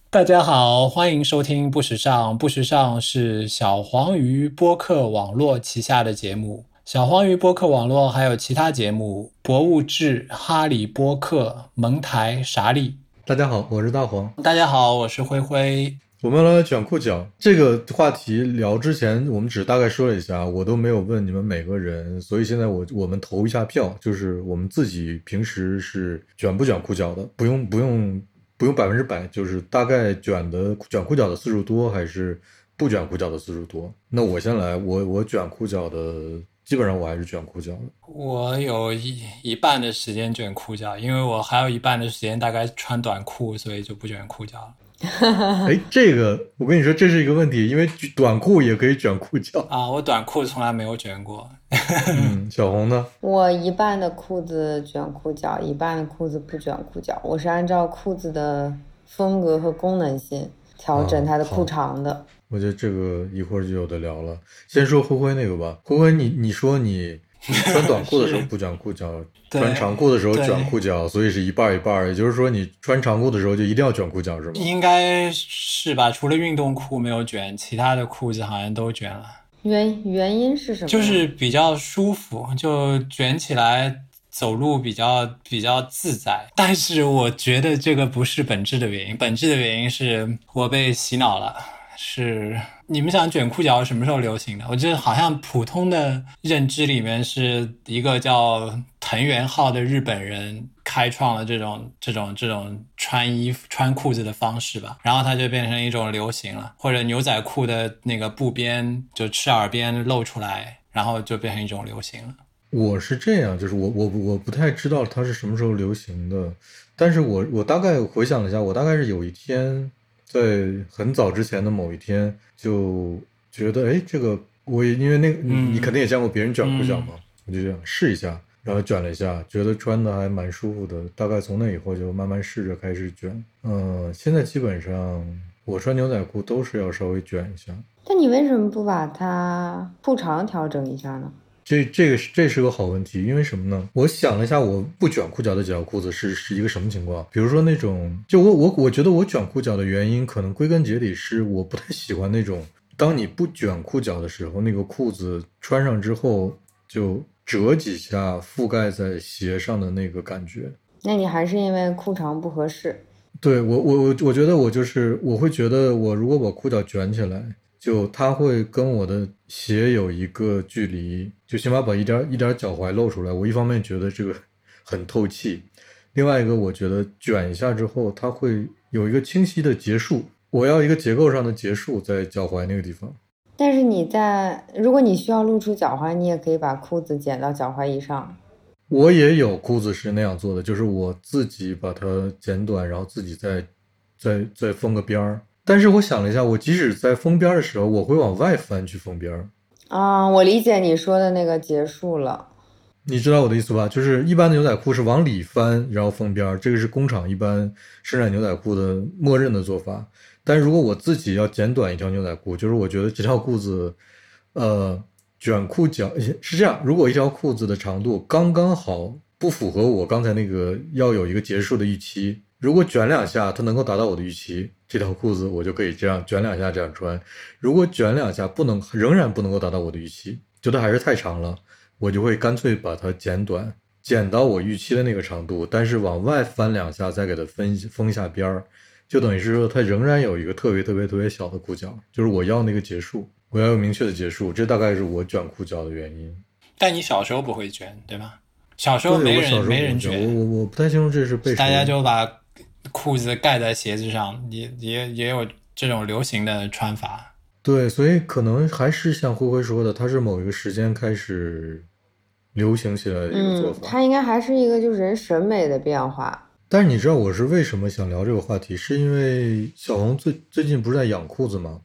大家好，欢迎收听不时尚。不时尚是小黄鱼播客网络旗下的节目。小黄鱼播客网络还有其他节目：博物志、哈利播客、蒙台、傻利。 大家好，我是大黄。 大家好，我是灰灰。 我们来卷裤脚这个话题聊之前，我们只大概说了一下，我都没有问你们每个人，所以现在我们投一下票，就是我们自己平时是卷不卷裤脚的，不用100%，就是大概卷裤脚的次数多，还是不卷裤脚的次数多。那我先来，我卷裤脚的，基本上我还是卷裤脚的。 我有一半的时间卷裤脚，因为我还有一半的时间大概穿短裤，所以就不卷裤脚了。 哎，这个我跟你说，这是一个问题，因为短裤也可以卷裤脚啊。我短裤从来没有卷过。 小红呢？ 我一半的裤子卷裤脚，一半的裤子不卷裤脚。我是按照裤子的风格和功能性调整它的裤长的。 我觉得这个一会儿就有的聊了。先说灰灰那个吧，灰灰你说你穿短裤的时候不卷裤脚，穿长裤的时候卷裤脚，所以是一半一半。也就是说，你穿长裤的时候就一定要卷裤脚是吗？ 应该是吧，除了运动裤没有卷，其他的裤子好像都卷了。 原因是什么？ 就是比较舒服，就卷起来走路比较自在。但是我觉得这个不是本质的原因，本质的原因是我被洗脑了。是你们想卷裤脚什么时候流行的？我觉得好像普通的认知里面是一个叫藤原浩的日本人开创了这种穿裤子的方式吧，然后它就变成一种流行了，或者牛仔裤的那个布边就赤耳边露出来，然后就变成一种流行了。 我是这样，就是我不太知道它是什么时候流行的，但是我大概回想了一下，我大概是有一天在很早之前的某一天就觉得，哎，这个因为那个你肯定也见过别人卷裤脚嘛，我就想试一下，然后卷了一下，觉得穿的还蛮舒服的，大概从那以后就慢慢试着开始卷。现在基本上我穿牛仔裤都是要稍微卷一下。 但你为什么不把它裤长调整一下呢？ 这是个好问题，因为什么呢？我想了一下，我不卷裤脚的几条裤子是一个什么情况？比如说那种，就我觉得我卷裤脚的原因，可能归根结底是我不太喜欢那种，当你不卷裤脚的时候，那个裤子穿上之后就折几下覆盖在鞋上的那个感觉。 那你还是因为裤长不合适？ 对，我觉得我会觉得我如果把裤脚卷起来，就它会跟我的鞋有一个距离，就起码把一点脚踝露出来。我一方面觉得这个很透气，另外一个我觉得卷一下之后，它会有一个清晰的结束。我要一个结构上的结束在脚踝那个地方。 但是如果你需要露出脚踝，你也可以把裤子剪到脚踝以上。 我也有裤子是那样做的，就是我自己把它剪短，然后自己再封个边儿。但是我想了一下，我即使在封边的时候，我会往外翻去封边。 我理解你说的那个结束了。 你知道我的意思吧？就是一般的牛仔裤是往里翻，然后封边，这个是工厂一般生产牛仔裤的默认的做法。但如果我自己要剪短一条牛仔裤，就是我觉得这条裤子，卷裤脚是这样，如果一条裤子的长度刚刚好，不符合我刚才那个要有一个结束的预期，如果卷两下它能够达到我的预期，这条裤子我就可以这样卷两下这样穿。如果卷两下仍然不能够达到我的预期，觉得还是太长了，我就会干脆把它剪短，剪到我预期的那个长度，但是往外翻两下再给它封一下边儿，就等于是说它仍然有一个特别特别特别小的裤脚，就是我要那个结束，我要有明确的结束，这大概是我卷裤脚的原因。 但你小时候不会卷，对吧？小时候没人卷， 我不太清楚这是被大家就把裤子盖在鞋子上，也有这种流行的穿法。 对，所以可能还是像灰灰说的，它是某一个时间开始流行起来的一个做法。 它应该还是一个就是人审美的变化。 但是你知道我是为什么想聊这个话题，是因为小红最近不是在养裤子吗？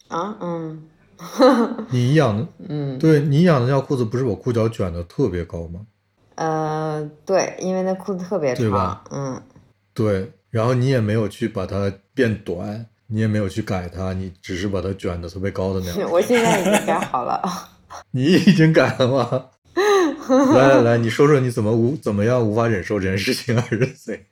你养的，对，你养的那条裤子不是把裤脚卷得特别高吗？ 对，因为那裤子特别长， 对吧？对，然后你也没有去把它变短，你也没有去改它，你只是把它卷得特别高的那样。 我现在已经改好了。 你已经改了吗？来，你说说你怎么样无法忍受这件事情，还是怎样？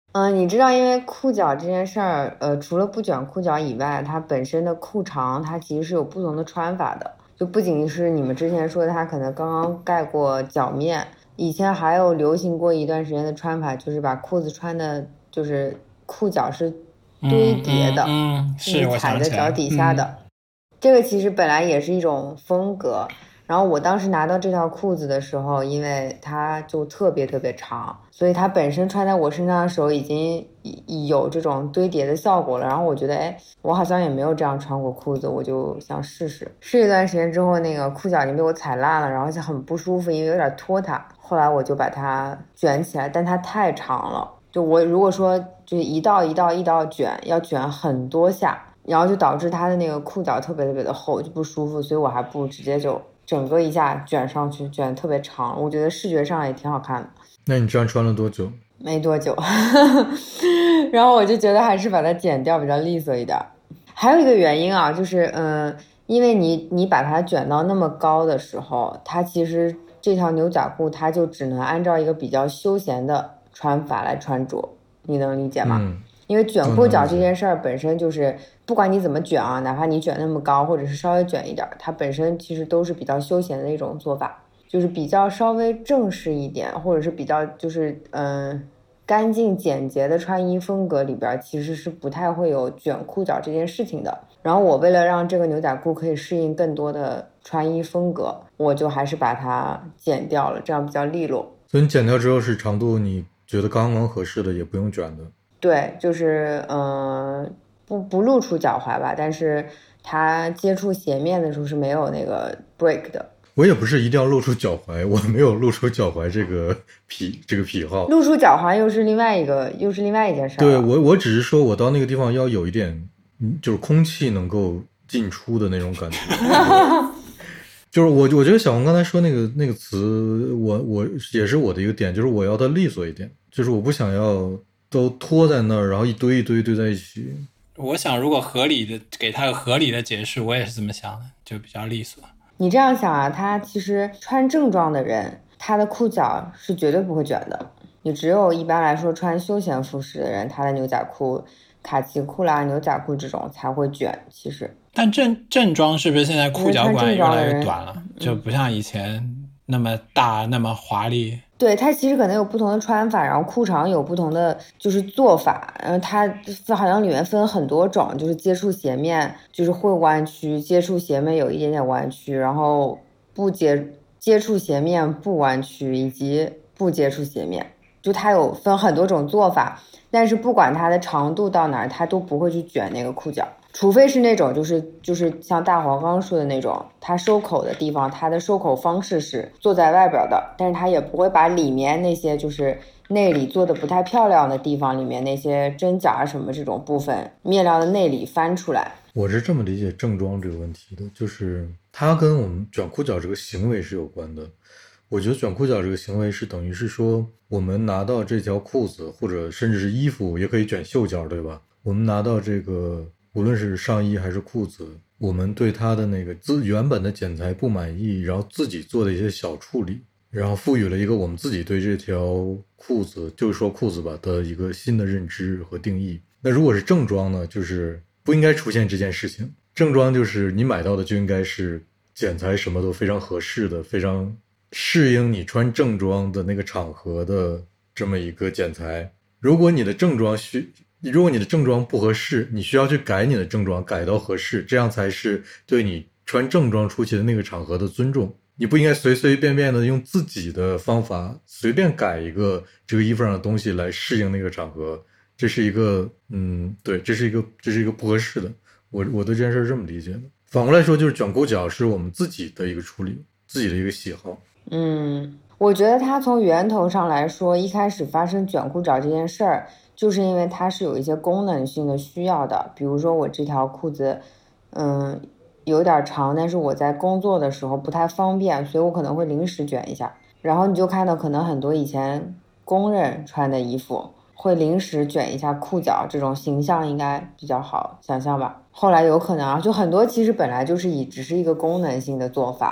你知道，因为裤脚这件事儿，除了不卷裤脚以外，它本身的裤长它其实是有不同的穿法的，就不仅是你们之前说的，它可能刚刚盖过脚面，以前还有流行过一段时间的穿法，就是把裤子穿的，就是裤脚是堆叠的， 是你踩在脚底下的。这个其实本来也是一种风格。然后我当时拿到这条裤子的时候，因为它就特别特别长，所以它本身穿在我身上的时候已经有这种堆叠的效果了。然后我觉得，哎，我好像也没有这样穿过裤子，我就想试试。试一段时间之后，那个裤脚已经被我踩烂了，然后就很不舒服，因为有点拖沓。后来我就把它卷起来，但它太长了，就我如果说就一道卷，要卷很多下，然后就导致它的那个裤脚特别特别的厚，就不舒服，所以我还不如直接就整个一下卷上去，卷特别长，我觉得视觉上也挺好看的。 那你这样穿了多久？ 没多久然后我就觉得还是把它剪掉比较利索一点。还有一个原因啊，就是因为你把它卷到那么高的时候，它其实这条牛仔裤它就只能按照一个比较休闲的穿法来穿着，你能理解吗？因为卷裤脚这件事儿本身就是，不管你怎么卷啊，哪怕你卷那么高，或者是稍微卷一点，它本身其实都是比较休闲的一种做法，就是比较稍微正式一点，或者是比较就是干净简洁的穿衣风格里边，其实是不太会有卷裤脚这件事情的。然后我为了让这个牛仔裤可以适应更多的穿衣风格，我就还是把它剪掉了，这样比较利落。 所以你剪掉之后是长度你觉得刚刚合适的，也不用卷的。 对，就是不露出脚踝吧，但是它接触鞋面的时候是没有那个 break 的。 我也不是一定要露出脚踝，我没有露出脚踝这个癖好。 露出脚踝又是另外一件事。 对，我只是说我到那个地方要有一点，就是空气能够进出的那种感觉。就是我觉得小红刚才说那个词，我也是我的一个点，就是我要它利索一点，就是我不想要都拖在那儿，然后一堆堆在一起。 我想如果给它个合理的解释，我也是这么想的，就比较利索。 你这样想啊，他其实穿正装的人，他的裤脚是绝对不会卷的。你只有一般来说穿休闲服饰的人，他的牛仔裤、卡其裤啦、牛仔裤这种才会卷。其实， 但正装是不是现在裤脚管越来越短了，就不像以前那么大那么华丽？ 对，它其实可能有不同的穿法，然后裤长有不同的就是做法，然后它好像里面分很多种，就是接触鞋面就是会弯曲，接触鞋面有一点点弯曲，然后不接触鞋面不弯曲，以及不接触鞋面，就它有分很多种做法，但是不管它的长度到哪儿，它都不会去卷那个裤脚。除非是那种就是像大黄刚说的那种，它收口的地方，它的收口方式是坐在外边的，但是它也不会把里面那些就是内里做的不太漂亮的地方里面那些针甲什么这种部分面料的内里翻出来。 我是这么理解正装这个问题的，就是它跟我们卷裤脚这个行为是有关的。我觉得卷裤脚这个行为是等于是说，我们拿到这条裤子或者甚至是衣服也可以卷袖脚，对吧？我们拿到这个无论是上衣还是裤子，我们对它的那个原本的剪裁不满意，然后自己做的一些小处理，然后赋予了一个我们自己对这条裤子，就是说裤子吧的一个新的认知和定义。那如果是正装呢，就是不应该出现这件事情。正装就是你买到的就应该是剪裁什么都非常合适的，非常适应你穿正装的那个场合的这么一个剪裁。如果你的正装不合适，你需要去改你的正装，改到合适，这样才是对你穿正装出去的那个场合的尊重。你不应该随随便便的用自己的方法随便改一个这个衣服上的东西来适应那个场合，这是一个对，这是一个不合适的。我对这件事是这么理解的。反过来说，就是卷裤脚是我们自己的一个处理，自己的一个喜好。 我觉得它从源头上来说，一开始发生卷裤脚这件事儿，就是因为它是有一些功能性的需要的。比如说我这条裤子，有点长，但是我在工作的时候不太方便，所以我可能会临时卷一下。然后你就看到可能很多以前工人穿的衣服会临时卷一下裤脚，这种形象应该比较好想象吧。后来有可能啊，就很多其实本来就是只是一个功能性的做法，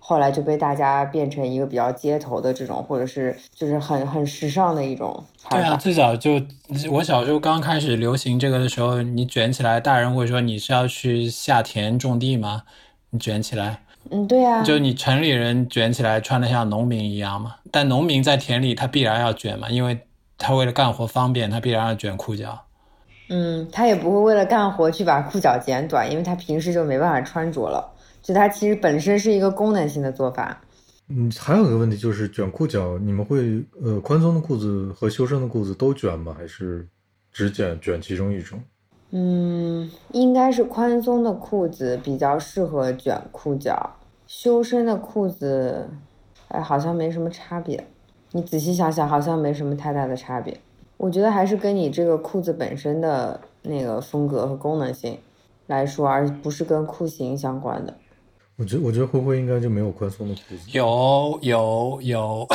后来就被大家变成一个比较街头的这种，或者是就是很时尚的一种穿法。 对啊，最早就我小时候刚开始流行这个的时候，你卷起来，大人会说你是要去下田种地吗？你卷起来， 对啊， 就你城里人卷起来穿的像农民一样嘛。但农民在田里他必然要卷嘛，因为他为了干活方便，他必然要卷裤脚。 他也不会为了干活去把裤脚剪短，因为他平时就没办法穿着了。就它其实本身是一个功能性的做法。 还有个问题就是卷裤脚，你们会宽松的裤子和修身的裤子都卷吗？还是只卷其中一种？ 应该是宽松的裤子比较适合卷裤脚，修身的裤子，好像没什么差别。你仔细想想，好像没什么太大的差别。我觉得还是跟你这个裤子本身的那个风格和功能性来说，而不是跟裤型相关的。 我觉得灰灰应该就没有宽松的裤子。 有，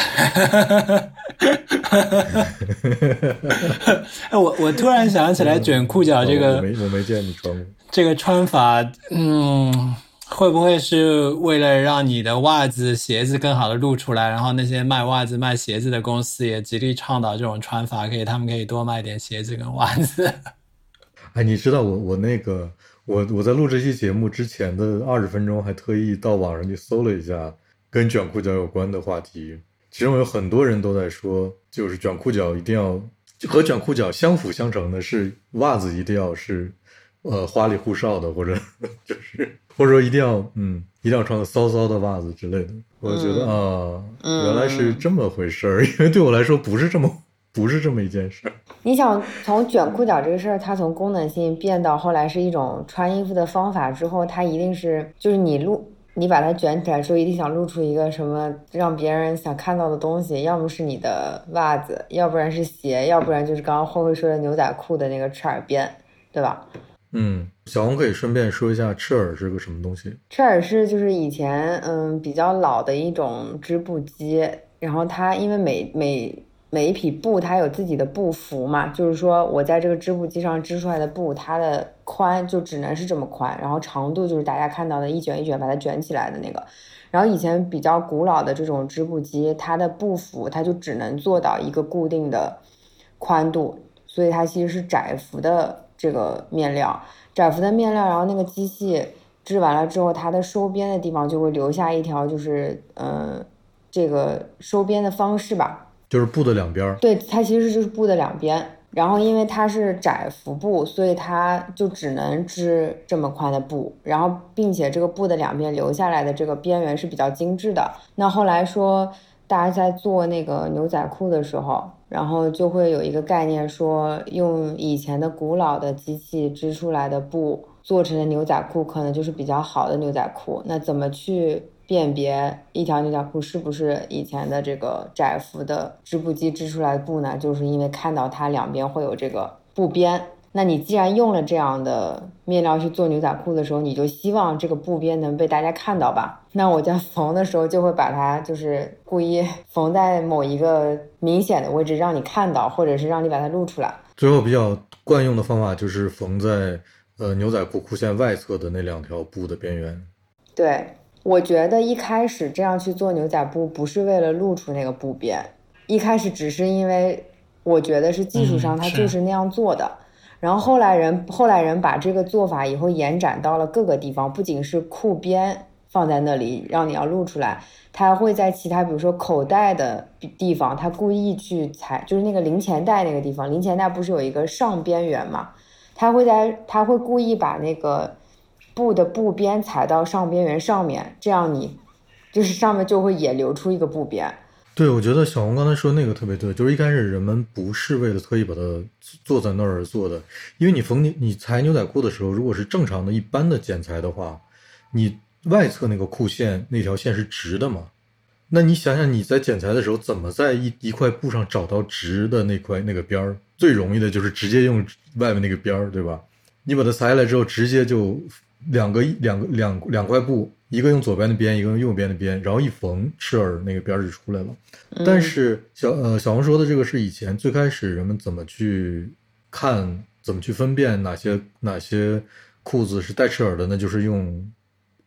我突然想起来卷裤脚这个， 我没见你穿过。 这个穿法，会不会是为了让你的袜子、鞋子更好的露出来，然后那些卖袜子、卖鞋子的公司也极力倡导这种穿法，他们可以多卖点鞋子跟袜子。 哎，你知道我在录这期节目之前的20分钟，还特意到网上去搜了一下跟卷裤脚有关的话题，其中有很多人都在说，就是卷裤脚一定要和卷裤脚相辅相成的是袜子一定要是花里胡哨的，或者说一定要穿个骚骚的袜子之类的。我觉得原来是这么回事儿，因为对我来说不是这么一件事儿。 你想从卷裤脚这个事儿，它从功能性变到后来是一种穿衣服的方法之后，它一定是就是你把它卷起来说，一定想露出一个什么让别人想看到的东西，要么是你的袜子，要不然是鞋，要不然就是刚刚慧慧说的牛仔裤的那个赤耳边，对吧？ 小红可以顺便说一下赤耳是个什么东西？ 赤耳是就是以前比较老的一种织布机，然后它因为每一匹布它有自己的布幅嘛，就是说我在这个织布机上织出来的布，它的宽就只能是这么宽，然后长度就是大家看到的一卷一卷把它卷起来的那个。然后以前比较古老的这种织布机，它的布幅它就只能做到一个固定的宽度，所以它其实是窄幅的这个面料，然后那个机器织完了之后，它的收边的地方就会留下一条就是这个收边的方式吧。 就是布的两边。 对，它其实就是布的两边，然后因为它是窄幅布，所以它就只能织这么宽的布，然后并且这个布的两边留下来的这个边缘是比较精致的。那后来说大家在做那个牛仔裤的时候，然后就会有一个概念说，用以前的古老的机器织出来的布做成的牛仔裤可能就是比较好的牛仔裤。那怎么去辨别一条牛仔裤是不是以前的这个窄幅的织布机织出来的布呢？就是因为看到它两边会有这个布边，那你既然用了这样的面料去做牛仔裤的时候，你就希望这个布边能被大家看到吧？那我在缝的时候就会把它就是故意缝在某一个明显的位置让你看到，或者是让你把它露出来。 最后比较惯用的方法就是缝在牛仔裤裤线外侧的那2条布的边缘。 对，我觉得一开始这样去做牛仔布不是为了露出那个布边，一开始只是因为我觉得是技术上它就是那样做的。然后后来人把这个做法以后延展到了各个地方，不仅是裤边放在那里让你要露出来，它还会在其他比如说口袋的地方，它故意去裁，就是那个零钱袋那个地方，零钱袋不是有一个上边缘嘛，它会故意把那个布的布边裁到上边缘上面，这样你就是上面就会也留出一个布边。 对，我觉得小红刚才说那个特别对，就是一开始人们不是为了特意把它做在那儿而做的，因为你裁牛仔裤的时候，如果是正常的一般的剪裁的话，你外侧那个裤线那条线是直的嘛，那你想想你在剪裁的时候怎么在一块布上找到直的那个边儿？最容易的就是直接用外面那个边儿，对吧？你把它裁下来之后，直接就两块布，一个用左边的边，一个用右边的边，然后一缝，赤耳那个边就出来了。但是小红说的这个是以前最开始人们怎么去看，怎么去分辨哪些裤子是带赤耳的呢？就是用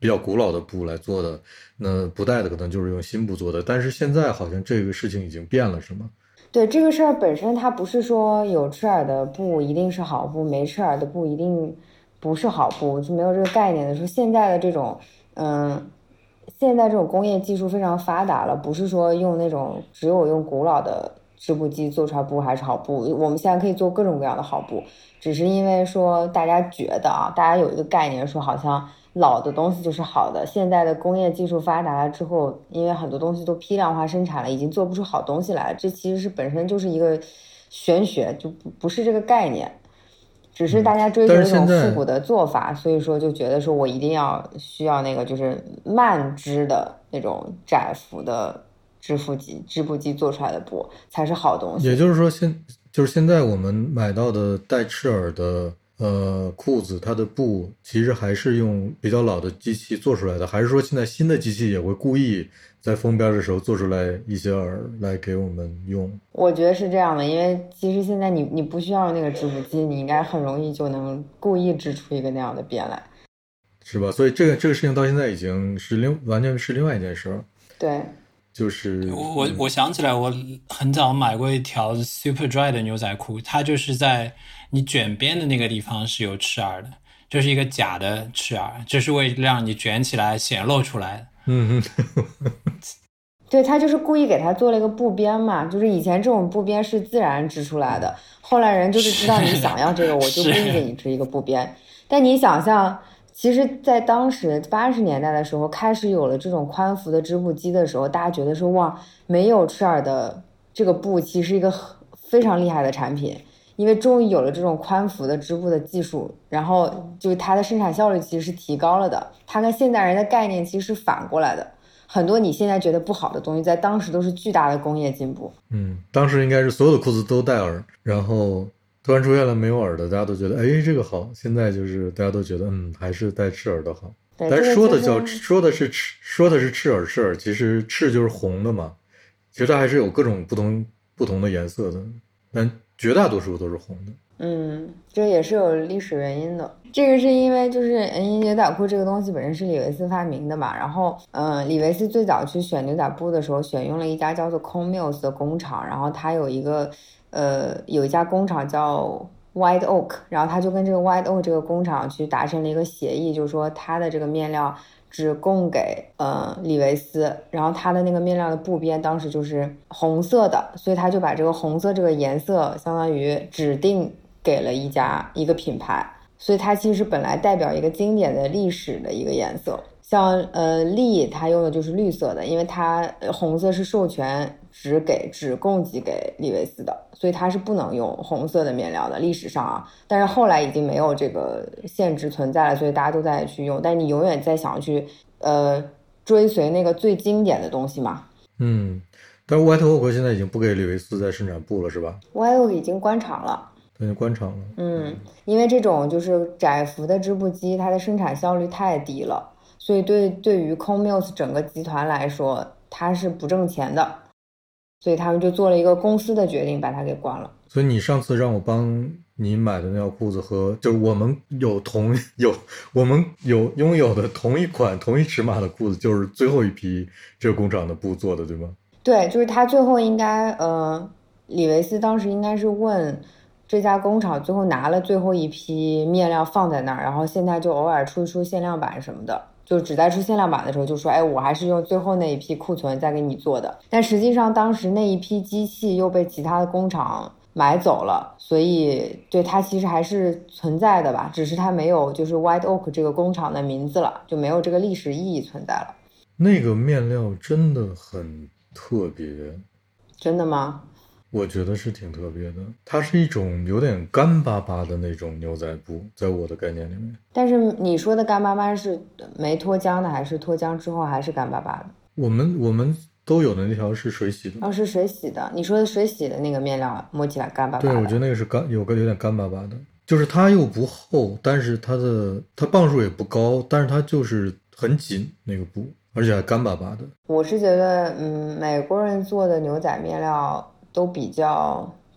比较古老的布来做的，那不带的可能就是用新布做的。但是现在好像这个事情已经变了，是吗？ 对，这个事儿本身它不是说有赤耳的布一定是好布，没赤耳的布一定不是好布，就没有这个概念的。说现在的这种，现在这种工业技术非常发达了，不是说用那种只有用古老的织布机做出来布还是好布，我们现在可以做各种各样的好布，只是因为说大家觉得啊，大家有一个概念说好像老的东西就是好的，现在的工业技术发达了之后，因为很多东西都批量化生产了，已经做不出好东西来了，这其实是本身就是一个玄学，就不是这个概念。只是大家追求一种复古的做法，所以说就觉得说我一定需要那个就是慢织的那种窄幅的织布机做出来的布才是好东西。 也就是说现在我们买到的带赤耳的裤子，它的布其实还是用比较老的机器做出来的，还是说现在新的机器也会故意在封边的时候做出来一些耳来给我们用？ 我觉得是这样的，因为其实现在你不需要那个织布机，你应该很容易就能故意织出一个那样的边来， 是吧？所以这个事情到现在已经是完全是另外一件事儿。 对， 就是我想起来，我很早买过一条 Super Dry 的牛仔裤，它就是在你卷边的那个地方是有赤耳的，就是一个假的赤耳，就是为了让你卷起来显露出来的。 对，他就是故意给他做了一个布边嘛，就是以前这种布边是自然织出来的，后来人就是知道你想要这个，我就故意给你织一个布边。但你想象，其实在当时80年代的时候，开始有了这种宽幅的织布机的时候，大家觉得说哇，没有赤耳的这个布其实是一个非常厉害的产品，因为终于有了这种宽幅的织布的技术，然后就它的生产效率其实是提高了的，它跟现代人的概念其实是反过来的。很多你现在觉得不好的东西，在当时都是巨大的工业进步。 当时应该是所有的裤子都带耳，然后突然出现了没有耳的，大家都觉得哎这个好。现在就是大家都觉得还是带赤耳的好。但是说的是赤耳，其实赤就是红的嘛，其实它还是有各种不同的颜色的，但绝大多数都是红的。 这也是有历史原因的。这个是因为就是牛仔裤这个东西本身是李维斯发明的嘛，然后李维斯最早去选牛仔布的时候，选用了一家叫做 Cone Mills 的工厂，然后他有一家工厂叫 White Oak， 然后他就跟这个 White Oak 这个工厂去达成了一个协议，就是说他的这个面料只供给李维斯，然后他的那个面料的布边当时就是红色的，所以他就把这个红色这个颜色相当于指定给了一个品牌，所以它其实本来代表一个经典的历史的一个颜色。像利它用的就是绿色的，因为它红色是授权只供给给李维斯的，所以它是不能用红色的面料的，历史上啊。但是后来已经没有这个限制存在了，所以大家都在去用，但你永远在想去追随那个最经典的东西嘛。 但是 White Oak 现在已经不给李维斯在生产布了是吧？ White Oak 已经关厂了。 已经关厂了。 因为这种就是窄幅的织布机，它的生产效率太低了，所以对于 Cone Mills 整个集团来说，它是不挣钱的，所以他们就做了一个公司的决定，把它给关了。 所以你上次让我帮你买的那条裤子和就是我们拥有的同一款同一尺码的裤子，就是最后一批这个工厂的布做的，对吗？ 对，就是他最后应该李维斯当时应该是问这家工厂，最后拿了最后一批面料放在那儿，然后现在就偶尔出限量版什么的，就只在出限量版的时候就说，哎，我还是用最后那一批库存再给你做的。但实际上当时那一批机器又被其他的工厂买走了，所以对它其实还是存在的吧，只是它没有就是 White Oak 这个工厂的名字了，就没有这个历史意义存在了。 那个面料真的很特别。 真的吗？ 我觉得是挺特别的，它是一种有点干巴巴的那种牛仔布，在我的概念里面。 但是你说的干巴巴是没脱浆的，还是脱浆之后还是干巴巴的？ 我们都有的那条是水洗的。 是水洗的。你说的水洗的那个面料摸起来干巴巴的。 对，我觉得那个是有点干巴巴的，就是它又不厚，但是它磅数也不高，但是它就是很紧那个布，而且还干巴巴的。 我是觉得美国人做的牛仔面料都比较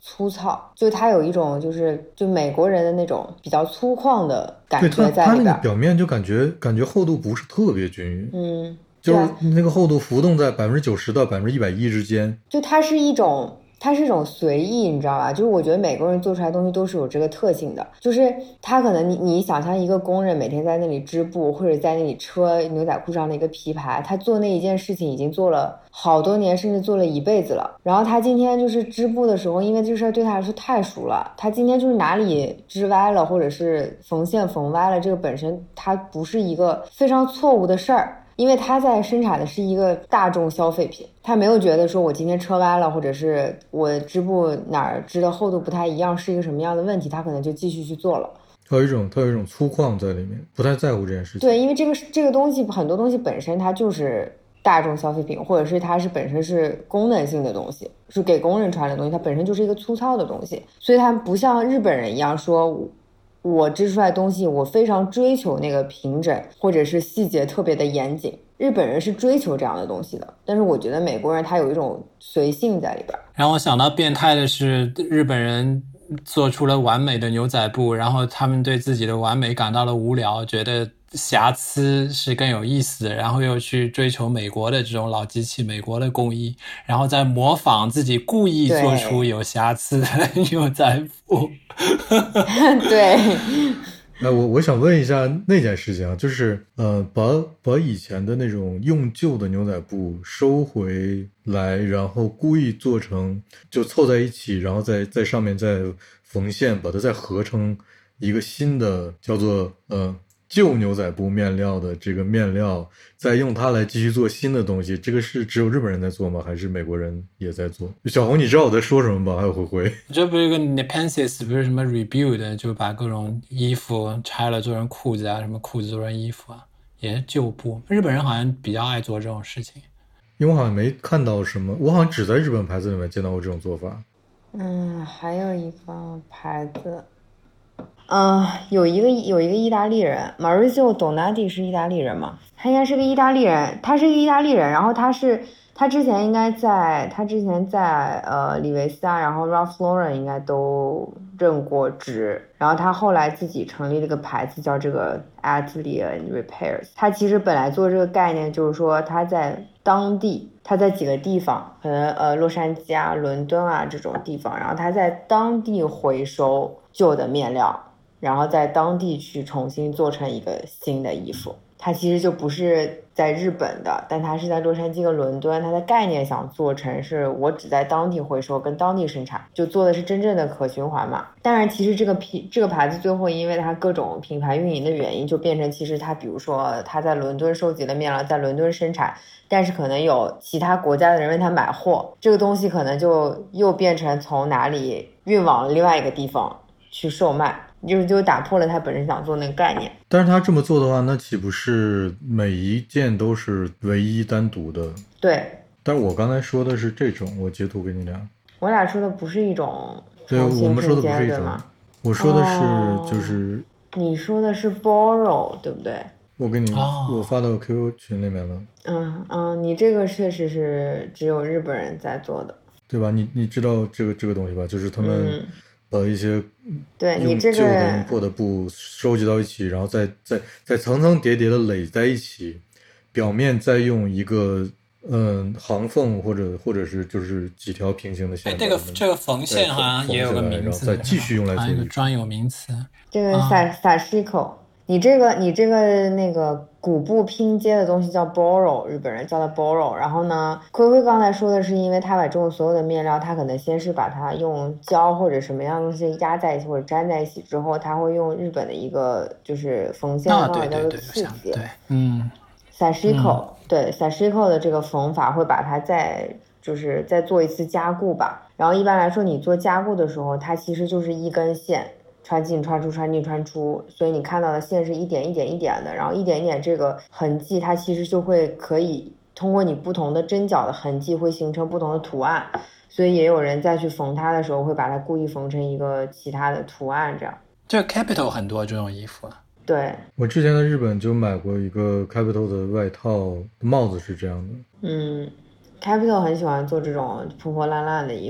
粗糙，就它有一种就美国人的那种比较粗犷的感对觉在里边。 它那个表面就感觉厚度不是特别均匀，就是那个厚度浮动在90%到110%之间。 就它是一种随意，你知道吧？就是我觉得美国人做出来的东西都是有这个特性的，就是他可能你想象一个工人每天在那里织布，或者在那里车牛仔裤上的一个皮牌，他做那一件事情已经做了好多年，甚至做了一辈子了。然后他今天就是织布的时候，因为这事儿对他来说太熟了，他今天就是哪里织歪了，或者是缝线缝歪了，这个本身它不是一个非常错误的事儿。因为他在生产的是一个大众消费品，他没有觉得说我今天车歪了，或者是我织布哪儿织的厚度不太一样是一个什么样的问题，他可能就继续去做了。 它有一种粗犷在里面，不太在乎这件事情。 对，因为这个东西很多东西本身它就是大众消费品，或者是它是本身是功能性的东西，是给工人穿的东西，它本身就是一个粗糙的东西，所以它不像日本人一样说我织出来的东西我非常追求那个平整，或者是细节特别的严谨。日本人是追求这样的东西的，但是我觉得美国人他有一种随性在里边。 然后我想到变态的是日本人做出了完美的牛仔布，然后他们对自己的完美感到了无聊，觉得瑕疵是更有意思的，然后又去追求美国的这种老机器，美国的工艺，然后再模仿自己故意做出有瑕疵的牛仔布。 对。 我想问一下那件事情啊，就是把以前的那种用旧的牛仔布收回来，然后故意做成就凑在一起，然后在上面再缝线，把它再合成一个新的叫做旧牛仔布面料的这个面料，再用它来继续做新的东西，这个是只有日本人在做吗？还是美国人也在做？小红，你知道我在说什么吧？还有灰灰， 这不是一个 Nepensis 不是什么 rebuild， 就把各种衣服拆了做成裤子啊，什么裤子做成衣服啊，也是旧布。日本人好像比较爱做这种事情。 因为我好像没看到什么，我好像只在日本牌子里面见到过这种做法。 还有一个牌子。有一个意大利人 Maurizio Donati 是意大利人吗？他应该是个意大利人，然后他之前在李维斯啊，然后 Ralph Lauren 应该都任过职，然后他后来自己成立了个牌子叫这个 Atelier Repairs。他其实本来做这个概念就是说他在当地，他在几个地方，可能洛杉矶啊、伦敦啊这种地方，然后他在当地回收旧的面料，然后在当地去重新做成一个新的衣服。它其实就不是在日本的，但它是在洛杉矶和伦敦，它的概念想做成是我只在当地回收跟当地生产，就做的是真正的可循环嘛。当然其实这个牌子最后因为它各种品牌运营的原因，就变成其实它比如说它在伦敦收集了面料，在伦敦生产，但是可能有其他国家的人问他买货，这个东西可能就又变成从哪里运往另外一个地方去售卖，就打破了他本身想做那个概念。 但是他这么做的话，那岂不是每一件都是唯一单独的？ 对。 但是我刚才说的是这种，我截图给你俩。 我俩说的不是一种对，我们说的不是一种。我说的是就是你说的是 borrow 对不对？ 我给你我发到 QQ 群里面了。 你这个确实是只有日本人在做的， 对吧？你知道这个东西吧？就是他们把一些用旧的用破的布收集到一起，然后再层层叠叠的垒在一起，表面再用一个行缝或者是就是几条平行的线。 这个缝线好像也有个名字， 然后再继续用来做一个专有名词。 这个sashiko，你这个那个古布拼接的东西叫 borrow， 日本人叫它 borrow。然后呢，灰灰刚才说的是因为他把这种所有的面料，他可能先是把它用胶或者什么样的东西压在一起或者粘在一起之后，他会用日本的一个就是缝线的方法叫做刺结。sashiko，对 sashiko 的这个缝法会把它再做一次加固吧。然后一般来说你做加固的时候，它其实就是一根线穿进穿出穿进穿出，所以你看到的线是一点一点一点的，然后一点一点这个痕迹它其实就会可以通过你不同的针脚的痕迹会形成不同的图案，所以也有人再去缝它的时候会把它故意缝成一个其他的图案这样。 这 Capital 很多这种衣服。 对， 我之前在日本就买过一个 Capital 的外套，帽子是这样的。 Capital 很喜欢做这种破破烂烂的衣服。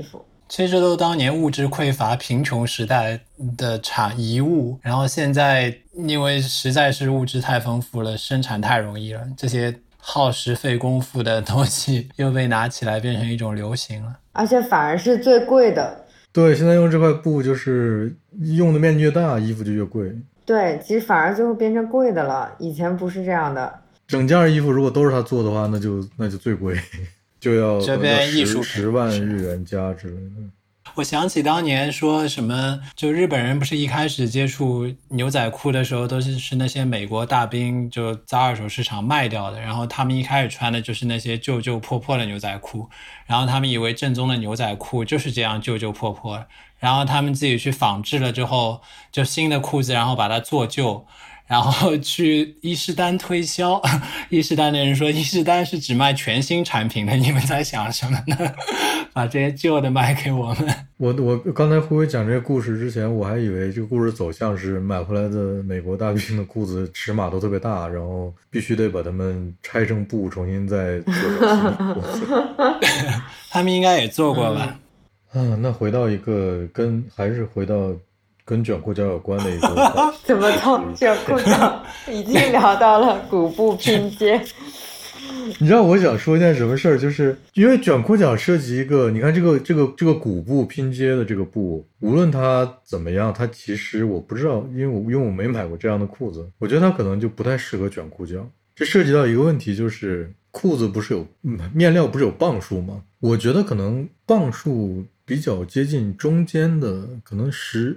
其实都当年物质匮乏、贫穷时代的遗物，然后现在因为实在是物质太丰富了，生产太容易了，这些耗时费功夫的东西又被拿起来变成一种流行了， 而且反而是最贵的。 对，现在用这块布就是用的面积越大，衣服就越贵。 对，其实反而最后变成贵的了，以前不是这样的。 整件衣服如果都是他做的话，那就最贵，就要这边艺术 10万日元加之类的。 我想起当年说什么，就日本人不是一开始接触牛仔裤的时候都是那些美国大兵就在二手市场卖掉的，然后他们一开始穿的就是那些旧旧破破的牛仔裤，然后他们以为正宗的牛仔裤就是这样旧旧破破，然后他们自己去仿制了之后，就新的裤子然后把它做旧，然后去伊势丹推销，伊势丹的人说伊势丹是只卖全新产品的，你们在想什么呢？把这些旧的卖给我们。 我刚才辉辉讲这个故事之前，我还以为这个故事走向是买回来的美国大兵的裤子尺码都特别大，然后必须得把它们拆成布重新再做成新的裤子。 他们应该也做过吧？ 那回到一个还是回到跟卷裤脚有关的一个怎么从卷裤脚已经聊到了骨布拼接？ 你知道我想说一件什么事儿，就是因为卷裤脚涉及一个，你看这个骨布拼接的这个布，无论它怎么样，它其实我不知道，因为我没买过这样的裤子，我觉得它可能就不太适合卷裤脚。这涉及到一个问题，就是裤子不是有面料不是有磅数吗？我觉得可能磅数比较接近中间的，可能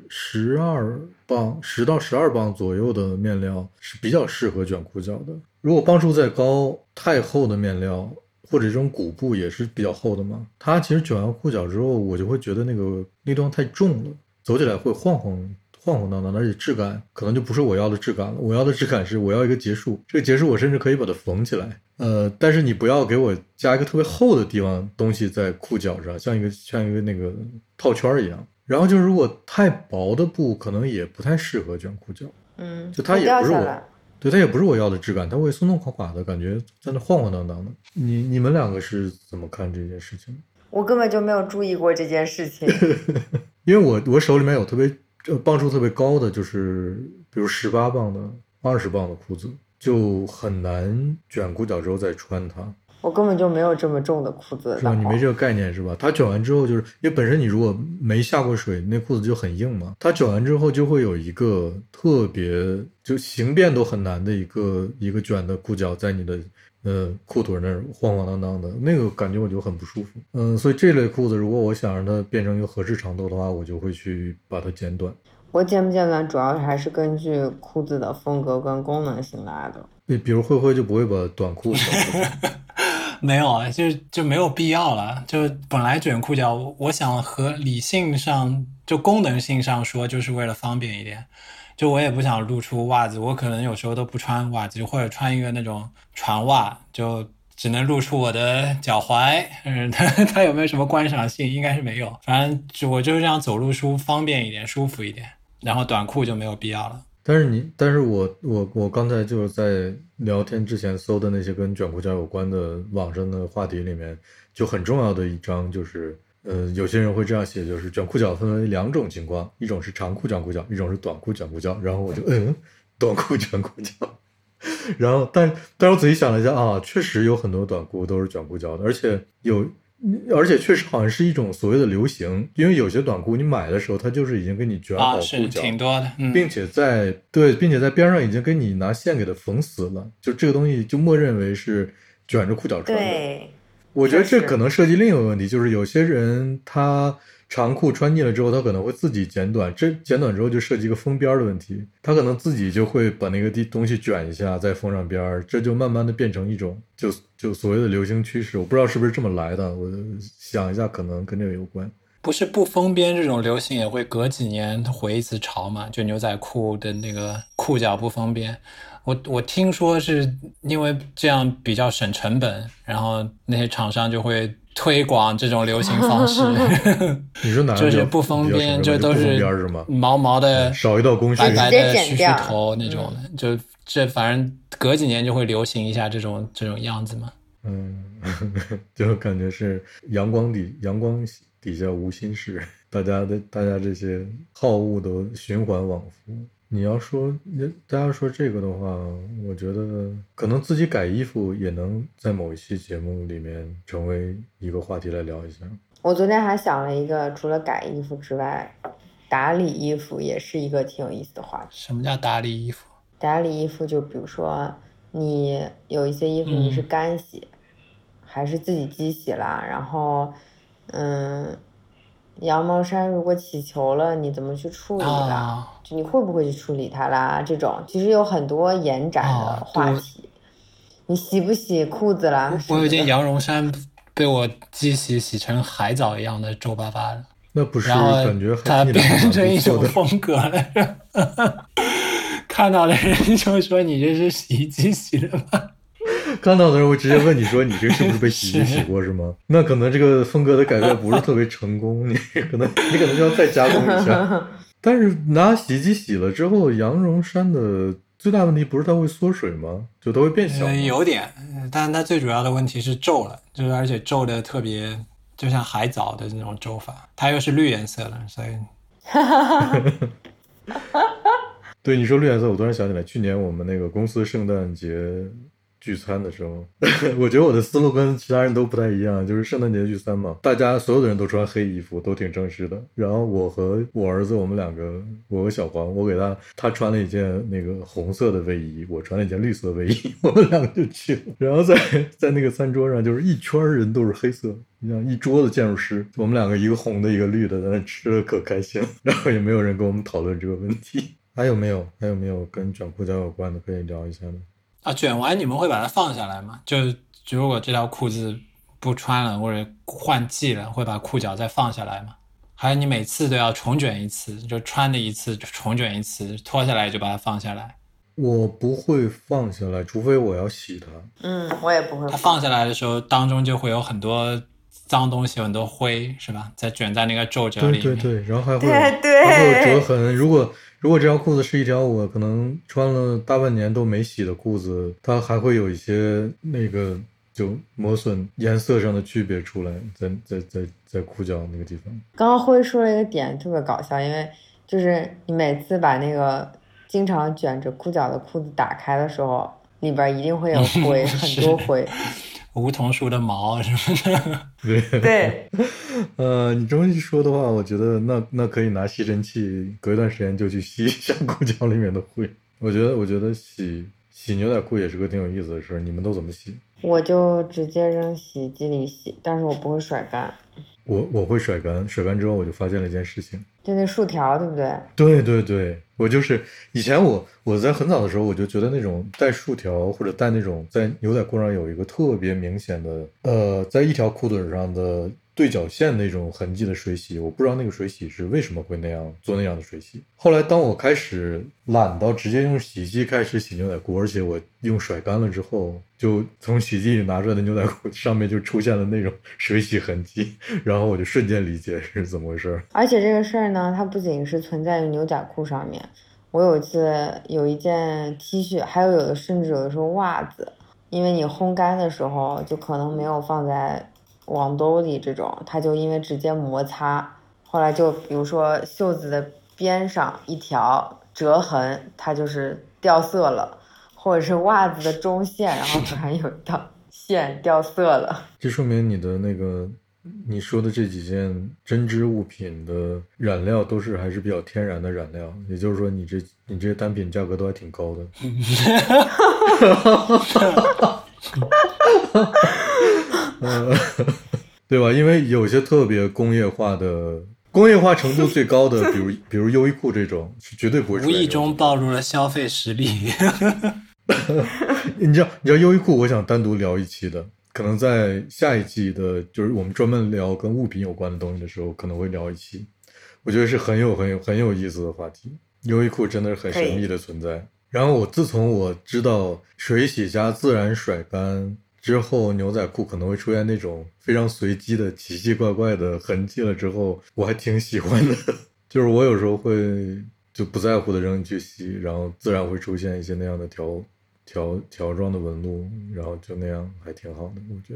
12磅，10到12磅左右的面料是比较适合卷裤脚的。如果磅数再高，太厚的面料或者这种骨布也是比较厚的嘛，它其实卷完裤脚之后，我就会觉得那地方太重了，走起来会晃晃荡荡，而且质感可能就不是我要的质感了。我要的质感是我要一个结束，这个结束我甚至可以把它缝起来。但是你不要给我加一个特别厚的东西在裤脚上，像一个那个套圈一样。然后就是如果太薄的布，可能也不太适合卷裤脚。就它也不是我。对，它也不是我要的质感，它会松松垮垮的感觉，在那晃晃荡荡的。你们两个是怎么看这件事情？ 我根本就没有注意过这件事情， 因为我手里面有磅数特别高的，就是比如18磅的、20磅的裤子，就很难卷裤脚之后再穿它。 我根本就没有这么重的裤子， 是吧？你没这个概念是吧？它卷完之后，就是因为本身你如果没下过水，那裤子就很硬嘛。它卷完之后就会有一个特别就形变都很难的一个卷的裤脚在你的裤腿那儿晃晃荡荡的，那个感觉我就很不舒服。所以这类裤子如果我想让它变成一个合适长度的话，我就会去把它剪短。 我剪不剪短主要还是根据裤子的风格跟功能性来的。 比如慧就不会把短裤没有啊，就没有必要了。就本来卷裤脚，我想和理性上就功能性上说，就是为了方便一点。就我也不想露出袜子，我可能有时候都不穿袜子，或者穿一个那种船袜，就只能露出我的脚踝。它有没有什么观赏性？应该是没有。反正我就是这样走路方便一点，舒服一点。然后短裤就没有必要了。 但是我刚才就是在聊天之前搜的那些跟卷裤脚有关的网上的话题里面，就很重要的一章就是，有些人会这样写，就是卷裤脚分为2种情况，一种是长裤卷裤脚，一种是短裤卷裤脚。然后我就短裤卷裤脚。然后但我仔细想了一下啊，确实有很多短裤都是卷裤脚的，而且确实好像是一种所谓的流行，因为有些短裤你买的时候它就是已经给你卷好裤脚， 是挺多的， 并且在边上已经给你拿线给它缝死了，就这个东西就默认为是卷着裤脚穿的。 对， 我觉得这可能涉及另一个问题，就是有些人他长裤穿腻了之后，他可能会自己剪短，这剪短之后就涉及一个封边的问题，他可能自己就会把那个东西卷一下再封上边，这就慢慢的变成一种就所谓的流行趋势。我不知道是不是这么来的，我想一下可能跟这个有关。 不是不封边这种流行也会隔几年回一次潮嘛？就牛仔裤的那个裤脚不封边，我听说是因为这样比较省成本，然后那些厂商就会推广这种流行方式。 你说哪个就是不封边，就都是毛毛的， 少一道工序， 白白的须头那种的，就这反正隔几年就会流行一下这种样子嘛。 就感觉是阳光底下无心事，大家这些好恶都循环往复。你要说大家说这个的话，我觉得可能自己改衣服也能在某一期节目里面成为一个话题来聊一下。 我昨天还想了一个，除了改衣服之外，打理衣服也是一个挺有意思的话题。 什么叫打理衣服？ 打理衣服就比如说你有一些衣服你是干洗，还是自己机洗啦，然后羊毛衫如果起球了你怎么去处理啦，就你会不会去处理它啦，这种其实有很多延展的话题。你洗不洗裤子啦？ 我有件羊绒衫被我机洗成海藻一样的皱巴巴的， 那不是然后感觉它变成一种的风格了。看到的人就说你这是洗衣机洗的吧？ 看到的人会直接问你说你这是不是被洗衣机洗过是吗？那可能这个风格的改变不是特别成功，你可能就要再加工一下。但是拿洗衣机洗了之后，羊绒衫的最大问题不是它会缩水吗？就它会变小吗？ 有点，但是它最主要的问题是皱了，就是而且皱的特别，就像海藻的这种皱法，它又是绿颜色的，所以。 对，你说绿颜色，我突然想起来，去年我们那个公司圣诞节聚餐的时候，我觉得我的思路跟其他人都不太一样，就是圣诞节聚餐嘛，大家所有的人都穿黑衣服，都挺正式的。然后我和我儿子，我们两个，我和小黄，我给他穿了一件那个红色的卫衣，我穿了一件绿色卫衣，我们两个就去了。然后在那个餐桌上，就是一圈人都是黑色，你像一桌子建筑师，我们两个一个红的，一个绿的，在那吃的可开心了。然后也没有人跟我们讨论这个问题。还有没有跟卷裤脚有关的可以聊一下呢？ 卷完你们会把它放下来吗？就如果这条裤子不穿了或者换季了，会把裤脚再放下来吗？还是你每次都要重卷一次，就穿的一次重卷一次，脱下来就把它放下来？ 我不会放下来，除非我要洗它。 我也不会。 它放下来的时候，当中就会有很多脏东西，很多灰，是吧？再卷在那个皱褶里面。 对，然后还会有折痕。如果这条裤子是一条我可能穿了大半年都没洗的裤子，它还会有一些那个就磨损颜色上的区别出来，在裤脚那个地方。 刚刚辉说了一个点特别搞笑，因为就是你每次把那个经常卷着裤脚的裤子打开的时候，里边一定会有灰，很多灰。 梧桐树的毛什么的。 对。 你这么一说的话，我觉得那可以拿吸尘器隔一段时间就去吸一下裤脚里面的灰。我觉得洗牛仔裤也是个挺有意思的事。你们都怎么洗？ 我就直接扔洗衣机里洗，但是我不会甩干。 我会甩干，甩干之后我就发现了一件事情， 就那竖条，对不对？ 对，我就是以前我在很早的时候我就觉得那种带竖条或者带那种在牛仔裤上有一个特别明显的在一条裤腿上的对角线那种痕迹的水洗，我不知道那个水洗是为什么会那样做那样的水洗。后来当我开始懒到直接用洗衣机开始洗牛仔裤，而且我用甩干了之后，就从洗衣机里拿出来的牛仔裤上面就出现了那种水洗痕迹，然后我就瞬间理解是怎么回事。 而且这个事儿呢，它不仅是存在于牛仔裤上面，我有一次有一件 T 恤，还有甚至有的时候袜子，因为你烘干的时候就可能没有放在网兜里，这种它就因为直接摩擦，后来就比如说袖子的边上一条折痕，它就是掉色了，或者是袜子的中线，然后突然有一道线掉色了。 这说明你的那个你说的这几件针织物品的染料都是还是比较天然的染料，也就是说你这些单品价格都还挺高的。对吧？因为有些特别工业化程度最高的，比如优衣库这种，是绝对不会出来。 无意中暴露了消费实力。 你知道优衣库，我想单独聊一期的，可能在下一季的，就是我们专门聊跟物品有关的东西的时候，可能会聊一期。我觉得是很有意思的话题。优衣库真的是很神秘的存在。然后自从我知道水洗加自然甩干之后，牛仔裤可能会出现那种非常随机的奇奇怪怪的痕迹了之后，我还挺喜欢的。就是我有时候会就不在乎的扔去洗，然后自然会出现一些那样的条状的纹路，然后就那样还挺好的，我觉得。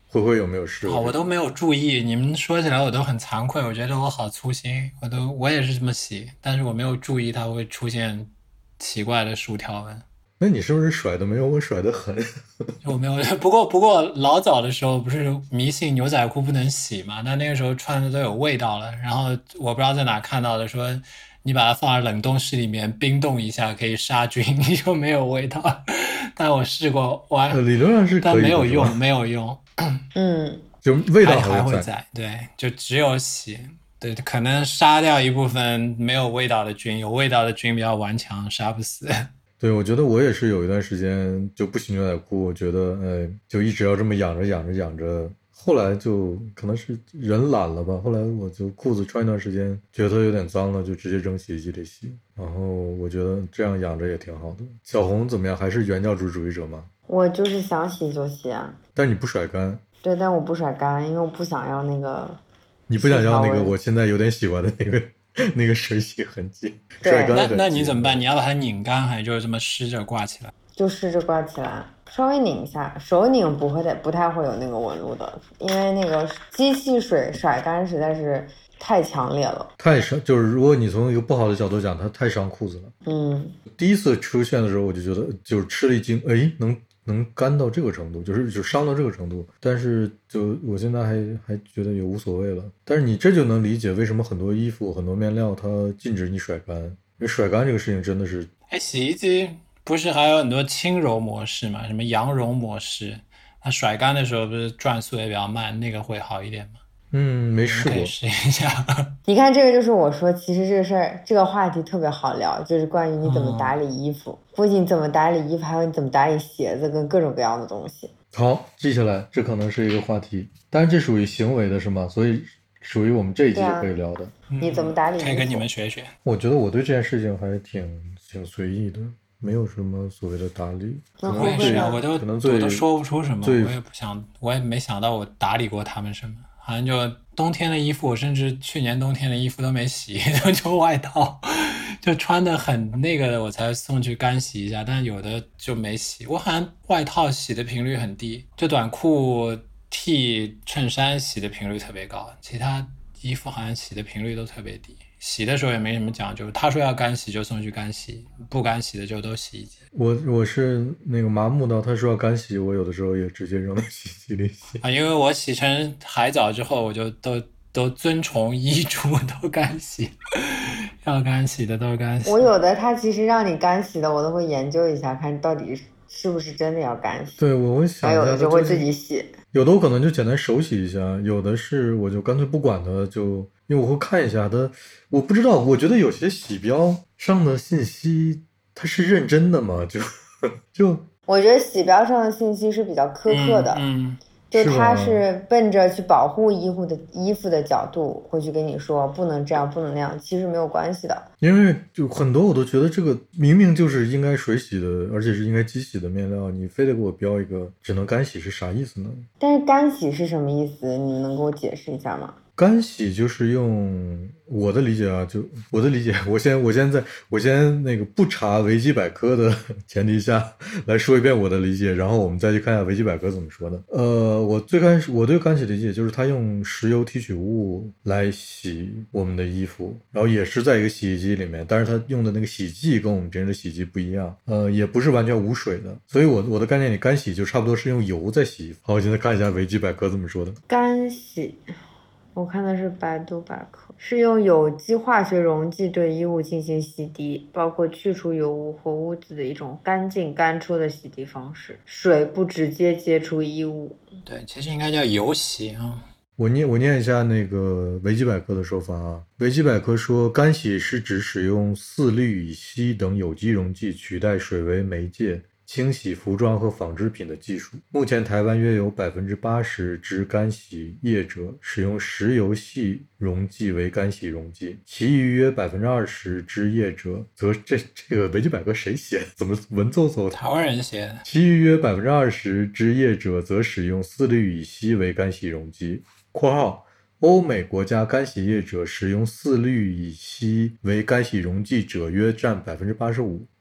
灰灰有没有试过？ 我都没有注意，你们说起来我都很惭愧，我觉得我好粗心，我也是这么洗，但是我没有注意它会出现奇怪的竖条纹。 那你是不是甩的没有我甩的狠？ 我没有，不过老早的时候不是迷信牛仔裤不能洗嘛，但那个时候穿的都有味道了，然后我不知道在哪看到的，说你把它放在冷冻室里面冰冻一下可以杀菌，你就没有味道。但我试过， 理论上是可以的， 但没有用，没有用。 就味道还会在，对，就只有洗，对，可能杀掉一部分没有味道的菌，有味道的菌比较顽强，杀不死。 对，我觉得我也是有一段时间就不洗牛仔裤，我觉得就一直要这么养着，后来就可能是人懒了吧，后来我就裤子穿一段时间觉得有点脏了，就直接扔洗衣机里洗，然后我觉得这样养着也挺好的。小红怎么样？还是原教旨主义者吗？ 我就是想洗就洗啊， 但你不甩干。 对，但我不甩干，因为我不想要那个。 你不想要那个我现在有点喜欢的那个水洗痕迹， 对， 那你怎么办？你要把它拧干，还是就是这么湿着挂起来？ 就湿着挂起来，稍微拧一下，手拧不太会有那个纹路的，因为那个机器水甩干实在是太强烈了， 太伤。就是如果你从一个不好的角度讲，它太伤裤子了。第一次出现的时候，我就觉得就是吃了一惊，能干到这个程度，就伤到这个程度。但是就我现在还觉得也无所谓了。但是你这就能理解为什么很多衣服、很多面料它禁止你甩干，因为甩干这个事情真的是。 洗衣机不是还有很多轻柔模式嘛？什么羊绒模式？它甩干的时候不是转速也比较慢，那个会好一点吗？ 没试过， 可以试一下。 你看，这个就是我说，其实这个事儿，这个话题特别好聊，就是关于你怎么打理衣服，不仅怎么打理衣服，还有你怎么打理鞋子跟各种各样的东西。 好，记下来，这可能是一个话题，但是这属于行为的是吗？所以属于我们这一集就可以聊的。 你怎么打理衣服？ 可以跟你们学学。 我觉得我对这件事情还挺随意的，没有什么所谓的打理。 我也是，我都说不出什么，我也没想到我打理过他们什么。好像就冬天的衣服，我甚至去年冬天的衣服都没洗，就外套，就穿的很那个的，我才送去干洗一下，但有的就没洗。我好像外套洗的频率很低，就短裤、T、衬衫洗的频率特别高，其他衣服好像洗的频率都特别低。洗的时候也没什么讲究，他说要干洗就送去干洗，不干洗的就都洗衣机。 我是那个麻木到他说要干洗，我有的时候也直接扔到洗衣机里洗因为我洗成海藻之后，我就都遵从医嘱都干洗，要干洗的都干洗。 我有的他其实让你干洗的，我都会研究一下，看到底是不是真的要干洗。 对，我会想一下， 有的就会自己洗。 有的我可能就简单手洗一下，有的是我就干脆不管它，就因为我会看一下它。我不知道，我觉得有些洗标上的信息它是认真的吗？就我觉得洗标上的信息是比较苛刻的，就他是奔着去保护衣服的角度会去跟你说不能这样不能那样，其实没有关系的。 因为就很多我都觉得这个明明就是应该水洗的，而且是应该机洗的面料，你非得给我标一个只能干洗是啥意思呢？ 但是干洗是什么意思？你们能给我解释一下吗？ 干洗就是用我的理解啊，我先那个不查维基百科的前提下来说一遍我的理解，然后我们再去看一下维基百科怎么说的。我对干洗理解就是他用石油提取物来洗我们的衣服，然后也是在一个洗衣机里面，但是他用的那个洗剂跟我们平时的洗衣机不一样，也不是完全无水的，所以我的概念里干洗就差不多是用油在洗衣服。好，我现在看一下维基百科怎么说的。 干洗我看的是百度百科，是用有机化学溶剂对衣物进行洗涤，包括去除油污或污渍的一种干净干出的洗涤方式，水不直接接触衣物。 对，其实应该叫油洗啊。 我念一下那个维基百科的说法啊。维基百科说，干洗是指使用四氯乙烯等有机溶剂取代水为媒介清洗服装和纺织品的技术。目前台湾约有 80% 之干洗业者使用石油系溶剂为干洗溶剂，其余约 20% 之业者则这个维基百科谁写的？怎么文绉绉的？ 台湾人写的。 其余约 20% 之业者则使用四氯乙烯为干洗溶剂（括号欧美国家干洗业者使用四氯乙烯为干洗溶剂者约占 85%，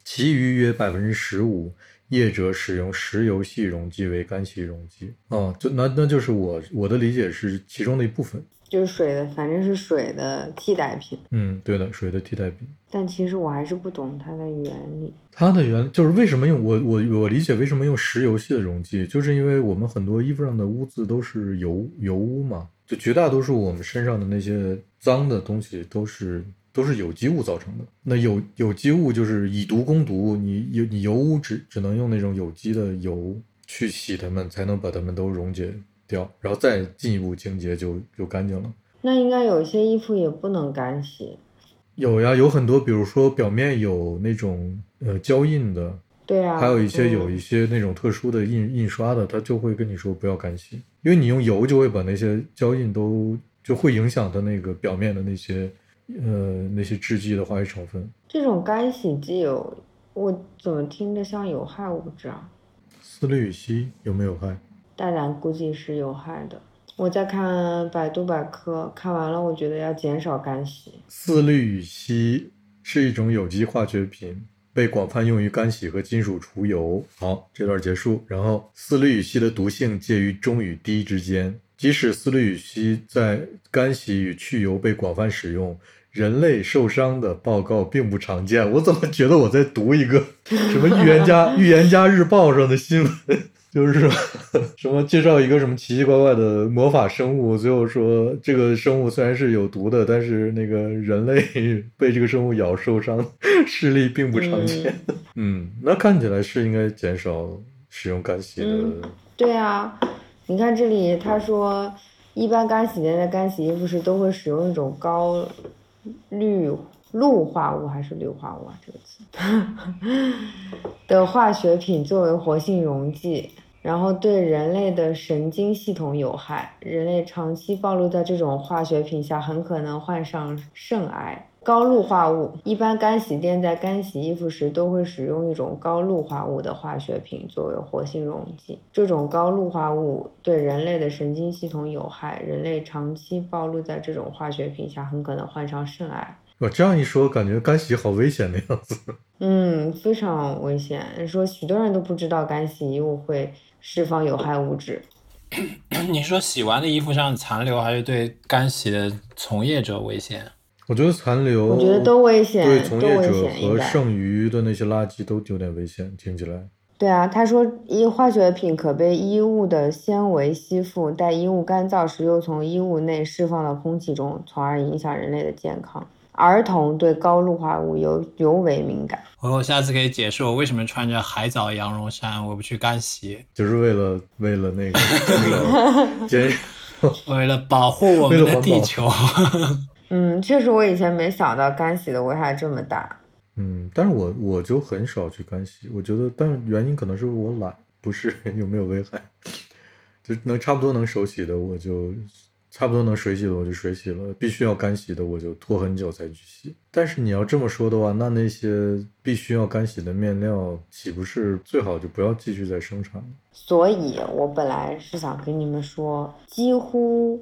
其余约15%业者使用石油系溶剂为干洗溶剂。那就是我的理解是其中的一部分， 就是水的，反正是水的替代品。 对的，水的替代品。 但其实我还是不懂它的原理。 它的原就是为什么用我理解为什么用石油系的溶剂，就是因为我们很多衣服上的污渍都是油污嘛，就绝大多数我们身上的那些脏的东西都是有机物造成的。那有机物就是以毒攻毒，你油污只能用那种有机的油去洗它们，才能把它们都溶解掉，然后再进一步清洁就干净了。 那应该有些衣服也不能干洗。 有呀，有很多，比如说表面有那种胶印的， 对啊， 还有一些那种特殊的印刷的，它就会跟你说不要干洗，因为你用油就会把那些胶印就会影响它那个表面的那些制剂的化学成分。 这种干洗剂我怎么听着像有害物质啊？ 丝氯乙烯有没有害？ 大胆估计是有害的。我在看百度百科，看完了，我觉得要减少干洗。 丝氯乙烯是一种有机化学品，被广泛用于干洗和金属除油。好，这段结束。然后，丝氯乙烯的毒性介于中与低之间，即使丝氯乙烯在干洗与去油被广泛使用，人类受伤的报告并不常见。我怎么觉得我在读一个什么预言家日报上的新闻？就是说什么介绍一个什么奇奇怪怪的魔法生物，最后说这个生物虽然是有毒的，但是那个人类被这个生物咬受伤事例并不常见。那看起来是应该减少使用干洗的。 对啊，你看这里他说，一般干洗店在干洗衣服时都会使用一种高氯化物还是氯化物啊这个词的化学品作为活性溶剂，然后对人类的神经系统有害，人类长期暴露在这种化学品下很可能患上肾癌。高氯化物，一般干洗店在干洗衣服时都会使用一种高氯化物的化学品作为活性溶剂，这种高氯化物对人类的神经系统有害，人类长期暴露在这种化学品下很可能患上肾癌。 我这样一说，感觉干洗好危险的样子。 非常危险。说许多人都不知道干洗衣物会释放有害物质。 你说洗完的衣服上残留，还是对干洗的从业者危险？ 我觉得残留， 我觉得都危险， 对从业者和剩余的那些垃圾都有点危险，听起来。 对啊，他说化学品可被衣物的纤维吸附，待衣物干燥时又从衣物内释放到空气中，从而影响人类的健康。儿童对高氯化物尤为敏感。 我下次可以解释我为什么穿着海藻羊绒衫我不去干洗， 就是为了那个减少为了保护我们的地球。 确实我以前没想到干洗的危害这么大。 但是我就很少去干洗，我觉得，但是原因可能是我懒，不是有没有危害。就差不多能手洗的我就差不多能水洗的我就水洗了，必须要干洗的我就拖很久才去洗。但是你要这么说的话，那些必须要干洗的面料岂不是最好就不要继续再生产了？ 所以我本来是想跟你们说，几乎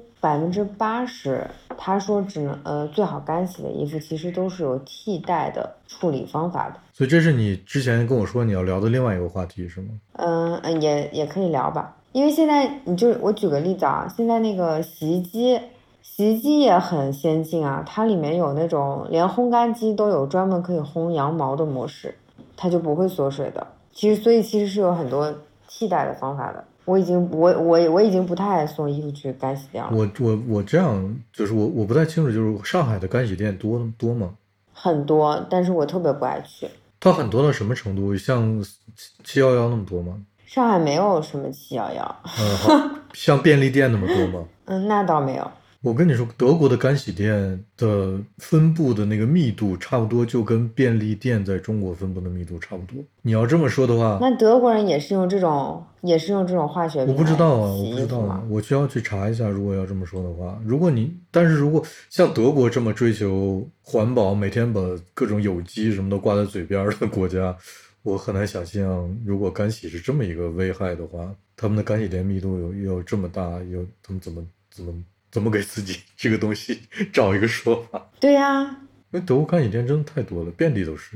80%他说只能最好干洗的衣服其实都是有替代的处理方法的。 所以这是你之前跟我说你要聊的另外一个话题是吗？ 也可以聊吧。因为现在我举个例子啊，现在那个洗衣机也很先进啊，它里面有那种连烘干机都有专门可以烘羊毛的模式，它就不会缩水的。所以其实是有很多替代的方法的。我已经不太爱送衣服去干洗掉了。 我这样就是我不太清楚，就是上海的干洗店多吗？ 很多，但是我特别不爱去。 它很多到什么程度？像711那么多吗？ 上海没有什么711。 好，像便利店那么多吗？ 那倒没有。 我跟你说，德国的干洗店的分布的那个密度差不多就跟便利店在中国分布的密度差不多。你要这么说的话， 那德国人也是用这种化学品？ 我不知道啊，我需要去查一下。如果要这么说的话，但是如果像德国这么追求环保，每天把各种有机什么都挂在嘴边的国家，我很难想象，如果干洗是这么一个危害的话，他们的干洗店密度有这么大，他们怎么给自己这个东西找一个说法？ 对呀， 因为德国干洗店真的太多了，遍地都是。